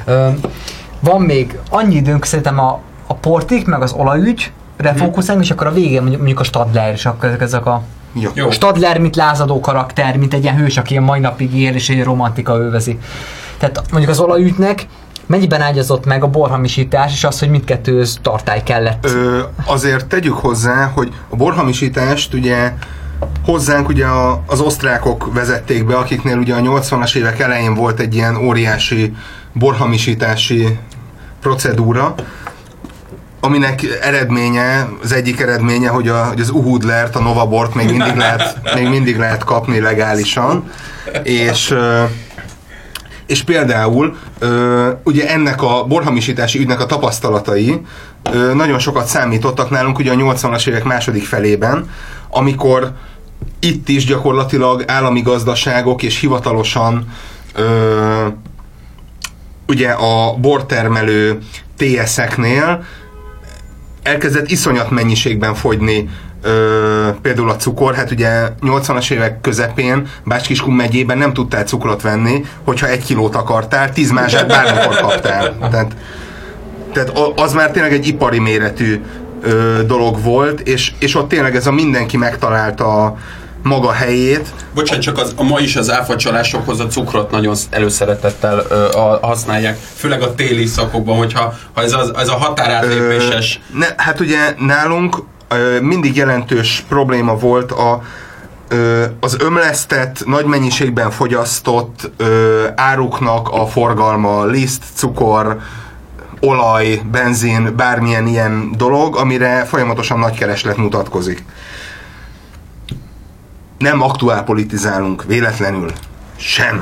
Van még annyi időnk szerintem a portik, meg az olajügyre fókuszálni, és akkor a végén mondjuk a Stadler, és akkor ezek a jó. Stadler, mint lázadó karakter, mint egy ilyen hős, aki a mai napig él, és egy romantika övezi. Tehát mondjuk az olajügynek mennyiben ágyazott meg a borhamisítás, és az, hogy mindkettő tartály kellett? Azért tegyük hozzá, hogy a borhamisítást ugye hozzánk ugye az osztrákok vezették be, akiknél ugye a 80-as évek elején volt egy ilyen óriási borhamisítási procedúra, aminek az egyik eredménye, hogy az Uhudlert, a Nova Bort még mindig lehet kapni legálisan, és például ugye ennek a borhamisítási ügynek a tapasztalatai nagyon sokat számítottak nálunk ugye a 80-as évek második felében, amikor itt is gyakorlatilag állami gazdaságok és hivatalosan ugye a bortermelő TS-eknél elkezdett iszonyat mennyiségben fogyni például a cukor. Hát ugye 80-as évek közepén Bács-Kiskun megyében nem tudtál cukrot venni, hogyha 1 kilót akartál, 10 mázsát bármikor kaptál. Tehát az már tényleg egy ipari méretű dolog volt, és ott tényleg ez a mindenki megtalálta a maga helyét. Bocsánat, csak ma is az áfacsalásokhoz a cukrot nagyon előszeretettel használják, főleg a téli szakokban, hogyha ez a határátlépéses... Hát ugye nálunk mindig jelentős probléma volt az ömlesztett, nagy mennyiségben fogyasztott áruknak a forgalma, liszt, cukor, olaj, benzin, bármilyen ilyen dolog, amire folyamatosan nagy kereslet mutatkozik. Nem aktuál politizálunk, véletlenül sem.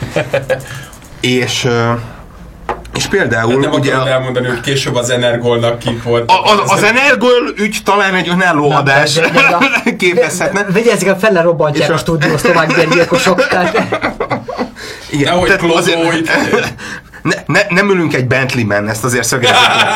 És például... Nem ugye elmondani, hogy később az Energolnak kik volt. Az Energol ügy talán egy önálló adás képezhetne. Vigyezzük, a fele robbantják a stúdióhoz tovább gyilkosok. Igen, nehogy klózóit. Nem ülünk egy Bentleyben, ezt azért szögezzük.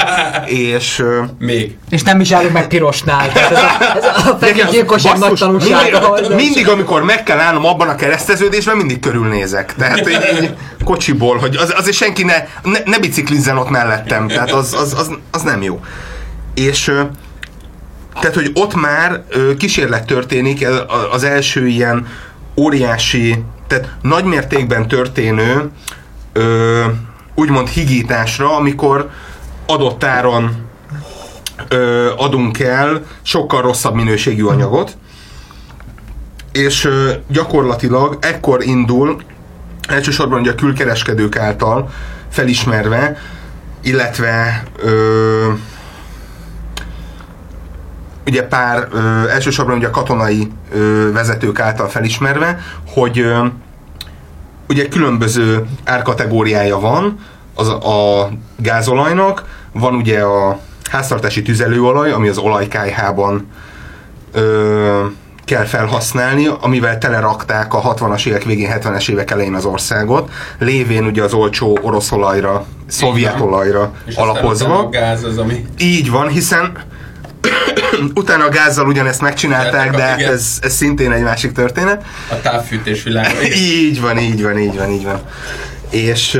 És nem is állunk meg pirosnál. Ez a fehér gyilkosság nagy tanulsága. Mindig, amikor meg kell állnom abban a kereszteződésben, mindig körülnézek. Tehát így kocsiból, hogy azért senki ne biciklizzen ott mellettem. Tehát az nem jó. És tehát, hogy ott már kísérlet történik, az első ilyen óriási, tehát nagymértékben történő úgymond higításra, amikor adott áron adunk el sokkal rosszabb minőségű anyagot, és gyakorlatilag ekkor indul, elsősorban ugye a külkereskedők által felismerve, illetve ugye elsősorban ugye a katonai vezetők által felismerve, hogy ugye különböző árkategóriája van a gázolajnak, van ugye a háztartási tüzelőolaj, ami az olaj-KH-ban kell felhasználni, amivel telerakták a 60-as évek végén, 70-es évek elején az országot, lévén ugye az olcsó orosz olajra, szovjet olajra alapozva. A gáz az, ami... Így van, hiszen utána a gázzal ugyanezt megcsinálták, de hát ez szintén egy másik történet. A távfűtés világa. Így van. És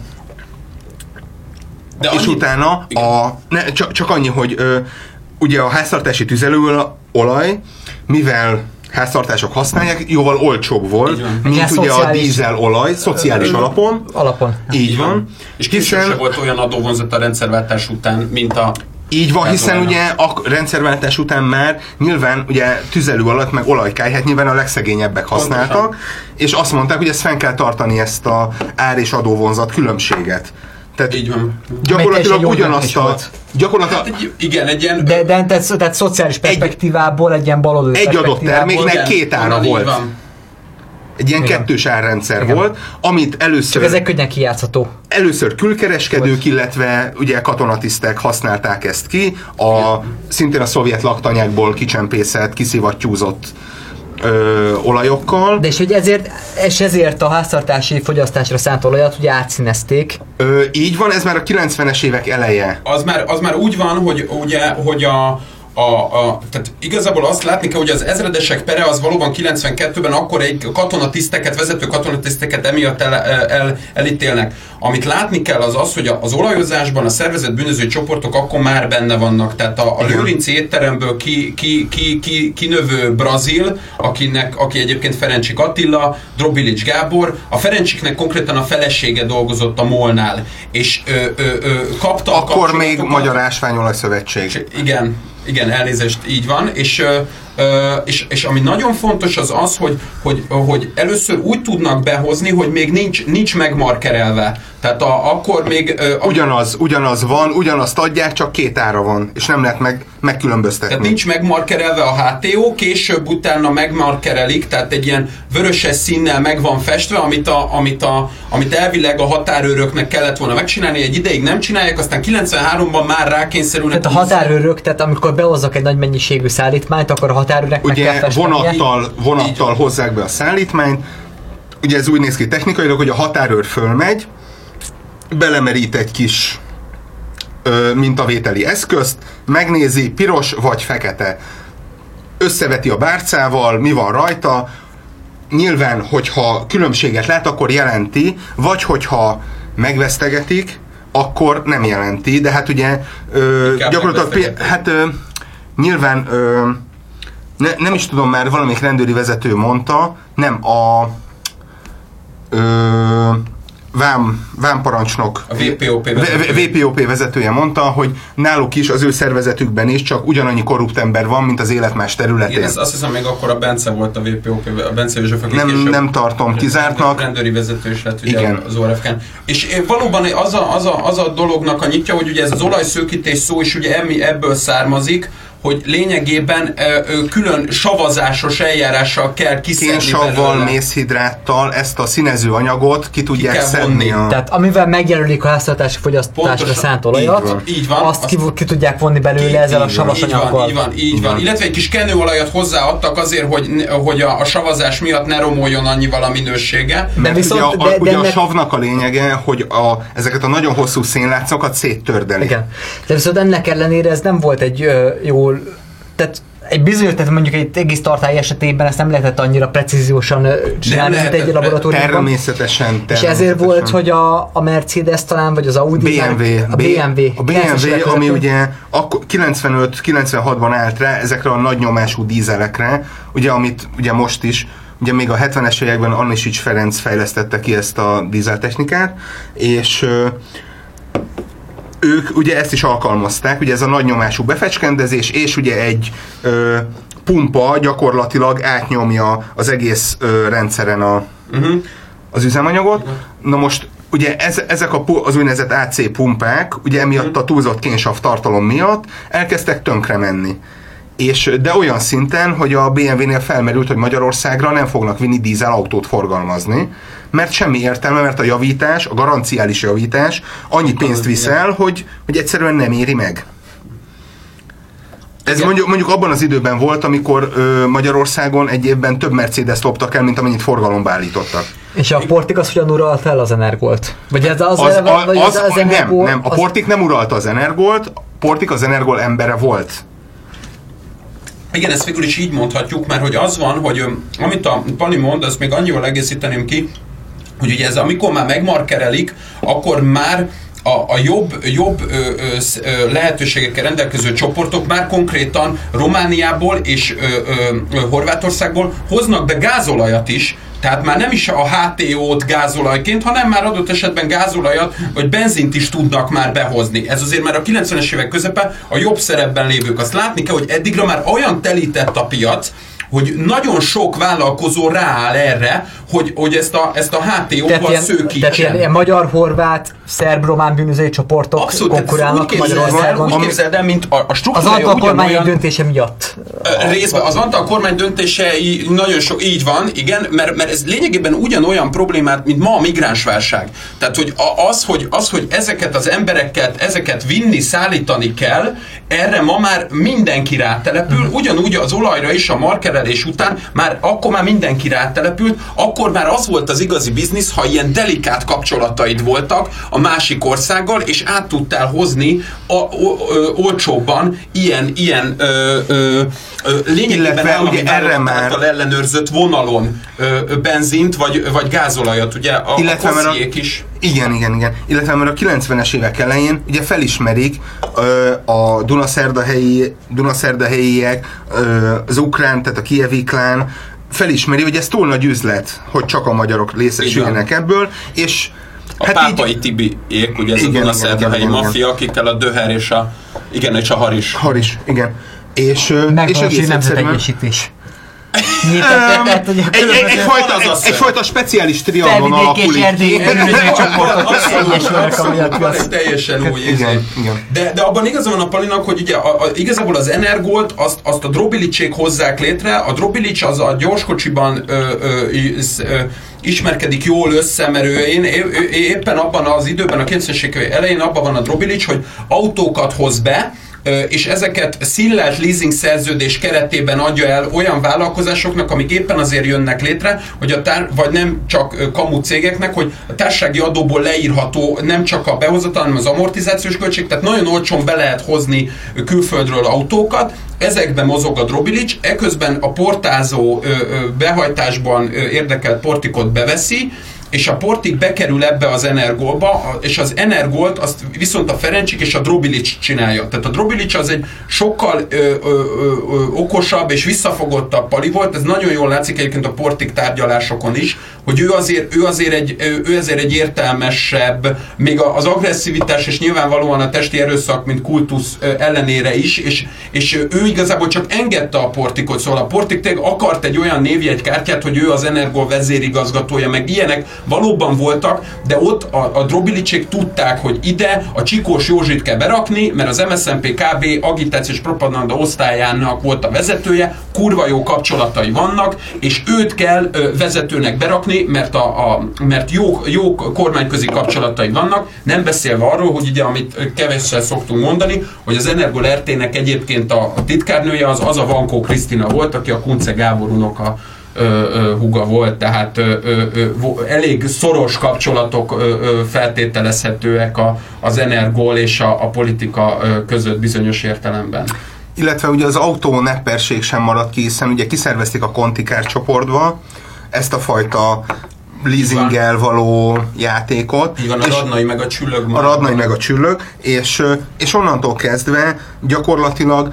utána csak annyi, hogy ugye a háztartási tüzelőolaj, mivel háztartások használják, jóval olcsóbb volt, mint ugye a dízelolaj, szociális alapon. Így van. És később sem volt olyan adóvonzat a rendszerváltás után, mint a... Így van, hiszen ugye a rendszerváltás után már nyilván ugye tüzelőolajat meg olajkályhát nyilván a legszegényebbek használtak, és azt mondták, hogy ezt fenn kell tartani, ezt a ár és adóvonzat különbséget. Tehát így van. Gyakorlatilag ugyanazt a... Igen, egy ilyen... De tehát szociális perspektívából egy ilyen baloldali egy adott terméknek két ára volt. Egy ilyen kettős árrendszer volt, amit először... Csak ezek könnyen kijátszható. Először külkereskedők, illetve ugye katonatisztek használták ezt ki, szintén a szovjet laktanyákból kicsempészett, kiszivattyúzott olajokkal. De és hogy ezért a háztartási fogyasztásra szánt olajat ugye átszínezték. Így van, ez már a 90-es évek eleje. Az már úgy van, hogy tehát igazából azt látni kell, hogy az ezredesek pere az valóban 92-ben akkor egy vezető katonatiszteket emiatt elítélnek. Amit látni kell az, hogy az olajozásban a szervezett bűnöző csoportok akkor már benne vannak. Tehát a lőrinci étteremből kinövő Brazil, aki egyébként Ferencsik Attila, Drobilics Gábor, a Ferencsiknek konkrétan a felesége dolgozott a MOL-nál, és kapta akkor még Magyar Ásványolaj Szövetség. Igen, elnézést, így van, és ami nagyon fontos az, hogy először úgy tudnak behozni, hogy még nincs megmarkerelve. Tehát akkor még... Ugyanaz van, ugyanazt adják, csak két ára van, és nem lehet megkülönböztetni. Tehát nincs megmarkerelve a HTO, később utána megmarkerelik, tehát egy ilyen vöröses színnel meg van festve, amit elvileg a határőröknek kellett volna megcsinálni, egy ideig nem csinálják, aztán 93-ban már rákényszerülnek. Tehát a határőrök, tehát amikor behozzak egy nagy mennyiségű szállítmányt, akkor a határőrnek meg kell festeni. Vonattal hozzák be a szállítmányt, ugye ez úgy néz ki technikailag, hogy a határőr fölmegy, belemerít egy kis mintavételi eszközt, megnézi, piros vagy fekete. Összeveti a bárcával, mi van rajta. Nyilván, hogyha különbséget lát, akkor jelenti, vagy hogyha megvesztegetik, akkor nem jelenti. De hát ugye gyakorlatilag nyilván nem is tudom, már valamelyik rendőri vezető mondta, nem a vámparancsnok, a VPOP vezetője mondta, hogy náluk is, az ő szervezetükben is csak ugyanannyi korrupt ember van, mint az élet más területén. Igen, azt hiszem, még akkor a Bence volt a VPOP, a Bence József, aki nem tartom kizártnak. Rendőri vezető is lett ugye az ORFK-n. És valóban az a dolognak a nyitja, hogy ugye ez az olajszőkítés szó is ugye ebből származik, hogy lényegében külön savazásos eljárással kell kiszedni kénsavval, mészhidráttal ezt a színező anyagot ki tudják szedni. Tehát amivel megjelölik a háztartási fogyasztásra szánt olajat, így van, azt ki tudják vonni belőle ezzel a savas anyaggal. Így van. Illetve egy kis kenőolajat hozzáadtak azért, hogy a savazás miatt ne romoljon annyival a minősége. De viszont, ugye a savnak a lényege, hogy ezeket a nagyon hosszú szénlátszokat széttördelik. Igen. De viszont ennek ellenére ez nem volt egy jól, tehát egy bizonyos, tehát mondjuk egy egész tartály esetében ezt nem lehetett annyira precíziósan csinálni, mint egy laboratóriumban. Természetesen. És ezért volt, hogy a Mercedes talán, vagy az Audi, a BMW, ami ugye 95-96-ban állt rá ezekre a nagy nyomású dízelekre, ugye amit ugye most is, ugye még a 70-es években Anisics Ferenc fejlesztette ki ezt a dízeltechnikát, és ők ugye ezt is alkalmazták, ugye ez a nagy nyomású befecskendezés, és ugye egy pumpa gyakorlatilag átnyomja az egész rendszeren az üzemanyagot. Na most ugye ezek az úgynevezett AC pumpák, ugye emiatt a túlzott kénsav tartalom miatt elkezdtek tönkre menni. De olyan szinten, hogy a BMW-nél felmerült, hogy Magyarországra nem fognak vinni dízelautót forgalmazni, mert semmi értelme, mert a javítás, a garanciális javítás annyi pénzt visz el, hogy egyszerűen nem éri meg. Ez mondjuk abban az időben volt, amikor Magyarországon egy évben több Mercedes loptak el, mint amennyit forgalomba állítottak. És a Portik az hogyan uralta el az Energolt? Vagy ez nem, a Portik nem uralta az Energolt, Portik az Energol embere volt. Igen, ezt végül is így mondhatjuk, mert hogy az van, hogy amit a Pani mond, azt még annyival egészíteném ki, hogy ugye ez amikor már megmarkerelik, akkor már a jobb lehetőségekkel rendelkező csoportok már konkrétan Romániából és Horvátországból hoznak be gázolajat is, tehát már nem is a HTO-t gázolajként, hanem már adott esetben gázolajat vagy benzint is tudnak már behozni. Ez azért már a 90-es évek közepe a jobb szerepben lévők. Azt látni kell, hogy eddigra már olyan telített a piac, hogy nagyon sok vállalkozó rááll erre, hogy ezt a HTO-val szőkítsen. Tehát ilyen magyar, horvát, szerb-román bűnözői csoportok abszolút, konkurálnak Magyarországon. Úgy képzeld el, mint a struktúrája az Antal kormány döntése miatt. Részben az Antal kormány döntései nagyon sok, így van, igen, mert ez lényegében ugyanolyan problémát, mint ma a migránsválság. Tehát, hogy hogy ezeket az embereket, ezeket vinni, szállítani kell, erre ma már mindenki rátelepül, ugyanúgy az olajra is a markerelés után, akkor már mindenki rátelepült, akkor már az volt az igazi biznisz, ha ilyen delikát kapcsolataid voltak a másik országgal, és át tudtál hozni olcsóbban ilyen lényegében állami vállalatok ellenőrzött vonalon benzint vagy gázolajat, ugye a kossziék is. Igen. Illetve mert a 90-es évek elején ugye felismerik a Dunaszerdahelyiek, az ukrán, tehát a kijevi klán felismeri, hogy ez túl nagy üzlet, hogy csak a magyarok részesüljenek ebből, és a Pápai Tibiék, ugye ez a Dunaszerdahelyi maffia, akikkel a Döher és a Haris. Haris, igen. És egész nemzetegyesítés. Egyfajta speciális trianon alakul ki. Teljesen új. De abban igaza van a Palinak, hogy ugye igazából az Energolt azt a Drobilicsék hozzák létre. A Drobilic az a gyorskocsiban ismerkedik jól össze, mert én éppen abban az időben, a 90-es évek elején abban van a Drobilic, hogy autókat hoz be, és ezeket szillelt leasing szerződés keretében adja el olyan vállalkozásoknak, amik éppen azért jönnek létre, hogy vagy nem csak kamu cégeknek, hogy a társasági adóból leírható nem csak a behozatal, hanem az amortizációs költség, tehát nagyon olcsón be lehet hozni külföldről autókat, ezekben mozog a Drobilic, eközben a portázó behajtásban érdekelt Portikot beveszi, és a Portik bekerül ebbe az Energolba, és az Energolt azt viszont a Ferencsik és a Drobilic csinálja. Tehát a Drobilic az egy sokkal okosabb és visszafogottabb pali volt, ez nagyon jól látszik egyébként a Portik tárgyalásokon is, hogy ő azért egy értelmesebb, még az agresszivitás és nyilvánvalóan a testi erőszak, mint kultusz ellenére is, és ő igazából csak engedte a Portikot, szóval a Portik tényleg akart egy olyan névjegykártyát, hogy ő az Energol vezérigazgatója, meg ilyenek valóban voltak, de ott a Drobilicsék tudták, hogy ide a Csikós Józsit kell berakni, mert az MSZNP Kb. Agitációs propaganda osztályának volt a vezetője, kurva jó kapcsolatai vannak, és őt kell vezetőnek berakni, mert jó kormányközi kapcsolatai vannak, nem beszélve arról, hogy ugye, amit kevéssel szoktunk mondani, hogy az Energol RT-nek egyébként a titkárnője az a Vankó Krisztina volt, aki a Kunce Gábor unoka húga volt, tehát elég szoros kapcsolatok feltételezhetőek az Energol és a politika között bizonyos értelemben. Illetve ugye az autó nepperség sem maradt ki, hiszen ugye kiszervezték a Kontikár csoportba ezt a fajta leasinggel való játékot. Így van, a Radnai meg a Csüllög. A Radnai meg a Csüllög, és onnantól kezdve gyakorlatilag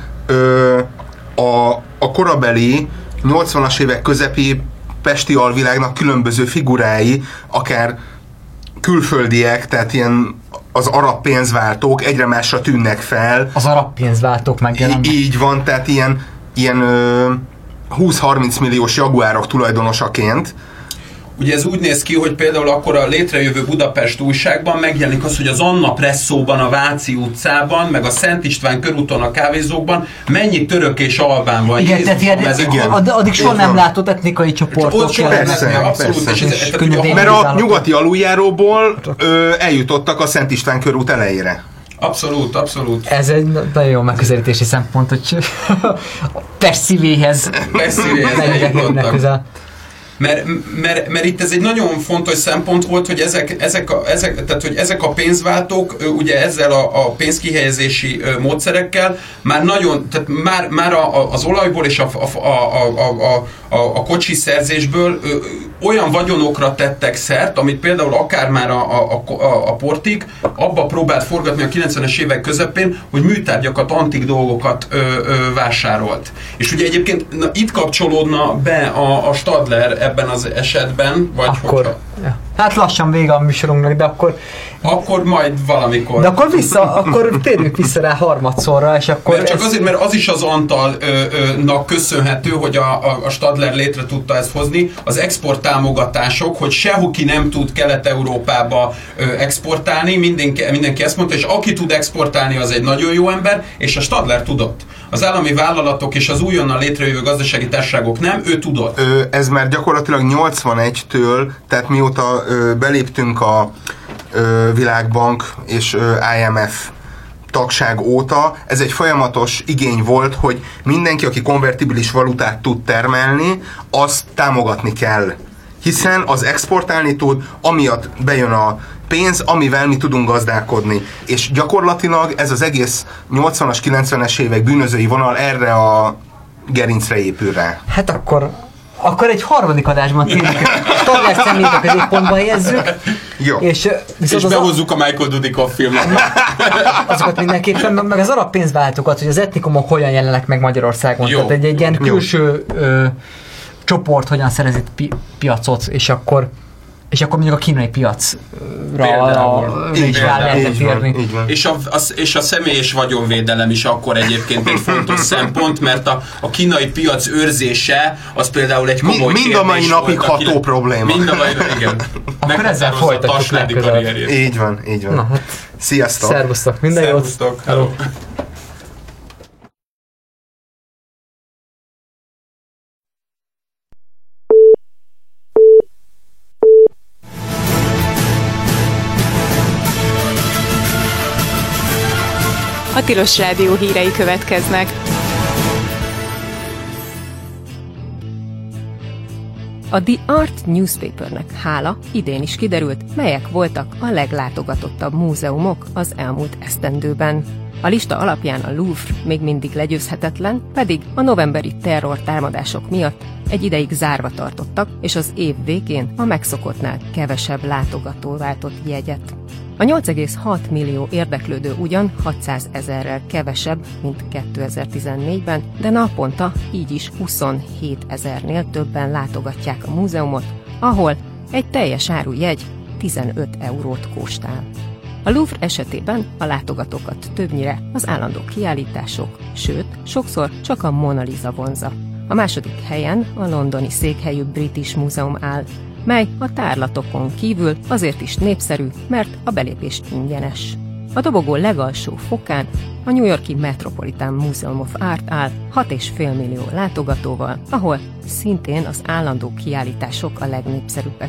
a korabeli 80-as évek közepi pesti alvilágnak különböző figurái, akár külföldiek, tehát ilyen az arab pénzváltók egyre másra tűnnek fel. Az arab pénzváltók megjelennek. Így van, tehát ilyen 20-30 milliós jaguárok tulajdonosaként. Ugye ez úgy néz ki, hogy például akkor a létrejövő Budapest újságban megjelenik az, hogy az Anna Presszóban, a Váci utcában, meg a Szent István körúton, a kávézókban mennyi török és albán van. Igen, tehát addig soha nem látott etnikai csoportok. Persze. Mert a nyugati aluljáróból eljutottak a Szent István körút elejére. Abszolút, abszolút. Ez egy nagyon jó megközelítési szempont, hogy Pest szívéhez menjek közel. Mert itt ez egy nagyon fontos szempont volt, hogy ezek a pénzváltók ugye ezzel a pénzkihelyezési módszerekkel már nagyon, tehát már az olajból és a kocsi szerzésből olyan vagyonokra tettek szert, amit például akár már a Portik abba próbált forgatni a 90-es évek közepén, hogy műtárgyakat, antik dolgokat vásárolt. És ugye egyébként itt kapcsolódna be a Stadler ebben az esetben, vagy akkor, ja. Hát lassan vége a műsorunknak, de akkor majd valamikor. De akkor térjünk vissza rá harmadszorra, és akkor... Mert csak azért, mert az is az Antalnak köszönhető, hogy a Stadler létre tudta ezt hozni, az export támogatások, hogy sehoki nem tud Kelet-Európába exportálni, mindenki ezt mondta, és aki tud exportálni, az egy nagyon jó ember, és a Stadler tudott. Az állami vállalatok és az újonnan létrejövő gazdasági társaságok nem, ő tudott. Ez már gyakorlatilag 81-től, tehát mióta beléptünk a Világbank és IMF tagság óta, ez egy folyamatos igény volt, hogy mindenki, aki konvertibilis valutát tud termelni, azt támogatni kell. Hiszen az exportálni tud, amiatt bejön a pénz, amivel mi tudunk gazdálkodni. És gyakorlatilag ez az egész 80-as, 90-es évek bűnözői vonal erre a gerincre épül rá. Hát akkor egy harmadik adásban tényleg Stadler szemét a középpontba helyezzük. Jó. És behozzuk a Michael Dudikoff filmet. Azokat mindenképpen, meg az arab pénzváltókat, hogy az etnikumok hogyan jelennek meg Magyarországon. Jó. Tehát egy ilyen külső csoport hogyan szerez itt piacot, és akkor mondjuk a kínai piacra is rá lehetett érni. És a személyes vagyonvédelem is akkor egyébként egy fontos szempont, mert a kínai piac őrzése az például egy komoly kérdés. Mind a mai napig ható probléma. Mind a mai, igen. Akkor ezzel folytatjuk legközelebb. Így van. Na, hát, sziasztok! Szervusztok! Minden jót! Hello! A Tilos Rádió hírei következnek. A The Art Newspapernek hála idén is kiderült, melyek voltak a leglátogatottabb múzeumok az elmúlt esztendőben. A lista alapján a Louvre még mindig legyőzhetetlen, pedig a novemberi terrortámadások miatt egy ideig zárva tartottak, és az év végén a megszokottnál kevesebb látogató váltott jegyet. A 8,6 millió érdeklődő ugyan 600 000-rel kevesebb, mint 2014-ben, de naponta így is 27 000-nél többen látogatják a múzeumot, ahol egy teljes áru jegy 15 eurót kóstál. A Louvre esetében a látogatókat többnyire az állandó kiállítások, sőt, sokszor csak a Mona Lisa vonzza. A második helyen a londoni székhelyű British Museum áll, mely a tárlatokon kívül azért is népszerű, mert a belépés ingyenes. A dobogó legalsó fokán a New York-i Metropolitan Museum of Art áll 6,5 millió látogatóval, ahol szintén az állandó kiállítások a legnépszerűbbek.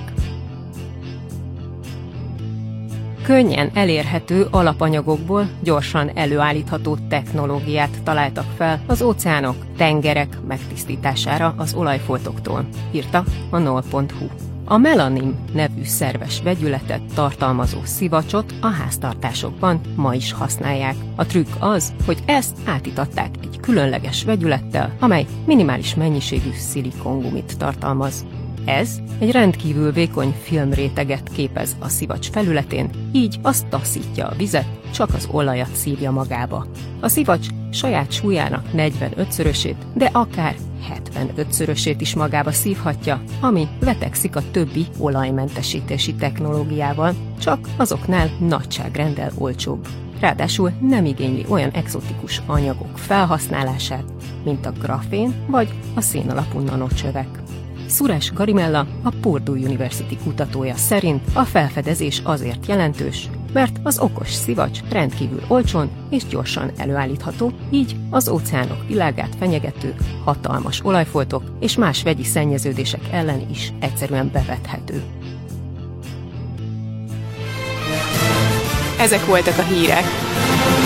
Könnyen elérhető alapanyagokból gyorsan előállítható technológiát találtak fel az óceánok, tengerek megtisztítására az olajfoltoktól, írta a nol.hu. A melanin nevű szerves vegyületet tartalmazó szivacsot a háztartásokban ma is használják. A trükk az, hogy ezt átítatták egy különleges vegyülettel, amely minimális mennyiségű szilikongumit tartalmaz. Ez egy rendkívül vékony filmréteget képez a szivacs felületén, így az taszítja a vizet, csak az olajat szívja magába. A szivacs saját súlyának 45-szörösét, de akár 75-szörösét is magába szívhatja, ami vetekszik a többi olajmentesítési technológiával, csak azoknál nagyságrenddel olcsóbb. Ráadásul nem igényli olyan egzotikus anyagok felhasználását, mint a grafén vagy a szénalapú nanocsövek. Suresh Garimella, a Purdue University kutatója szerint a felfedezés azért jelentős, mert az okos szivacs rendkívül olcsón és gyorsan előállítható, így az óceánok világát fenyegető hatalmas olajfoltok és más vegyi szennyeződések ellen is egyszerűen bevethető. Ezek voltak a hírek.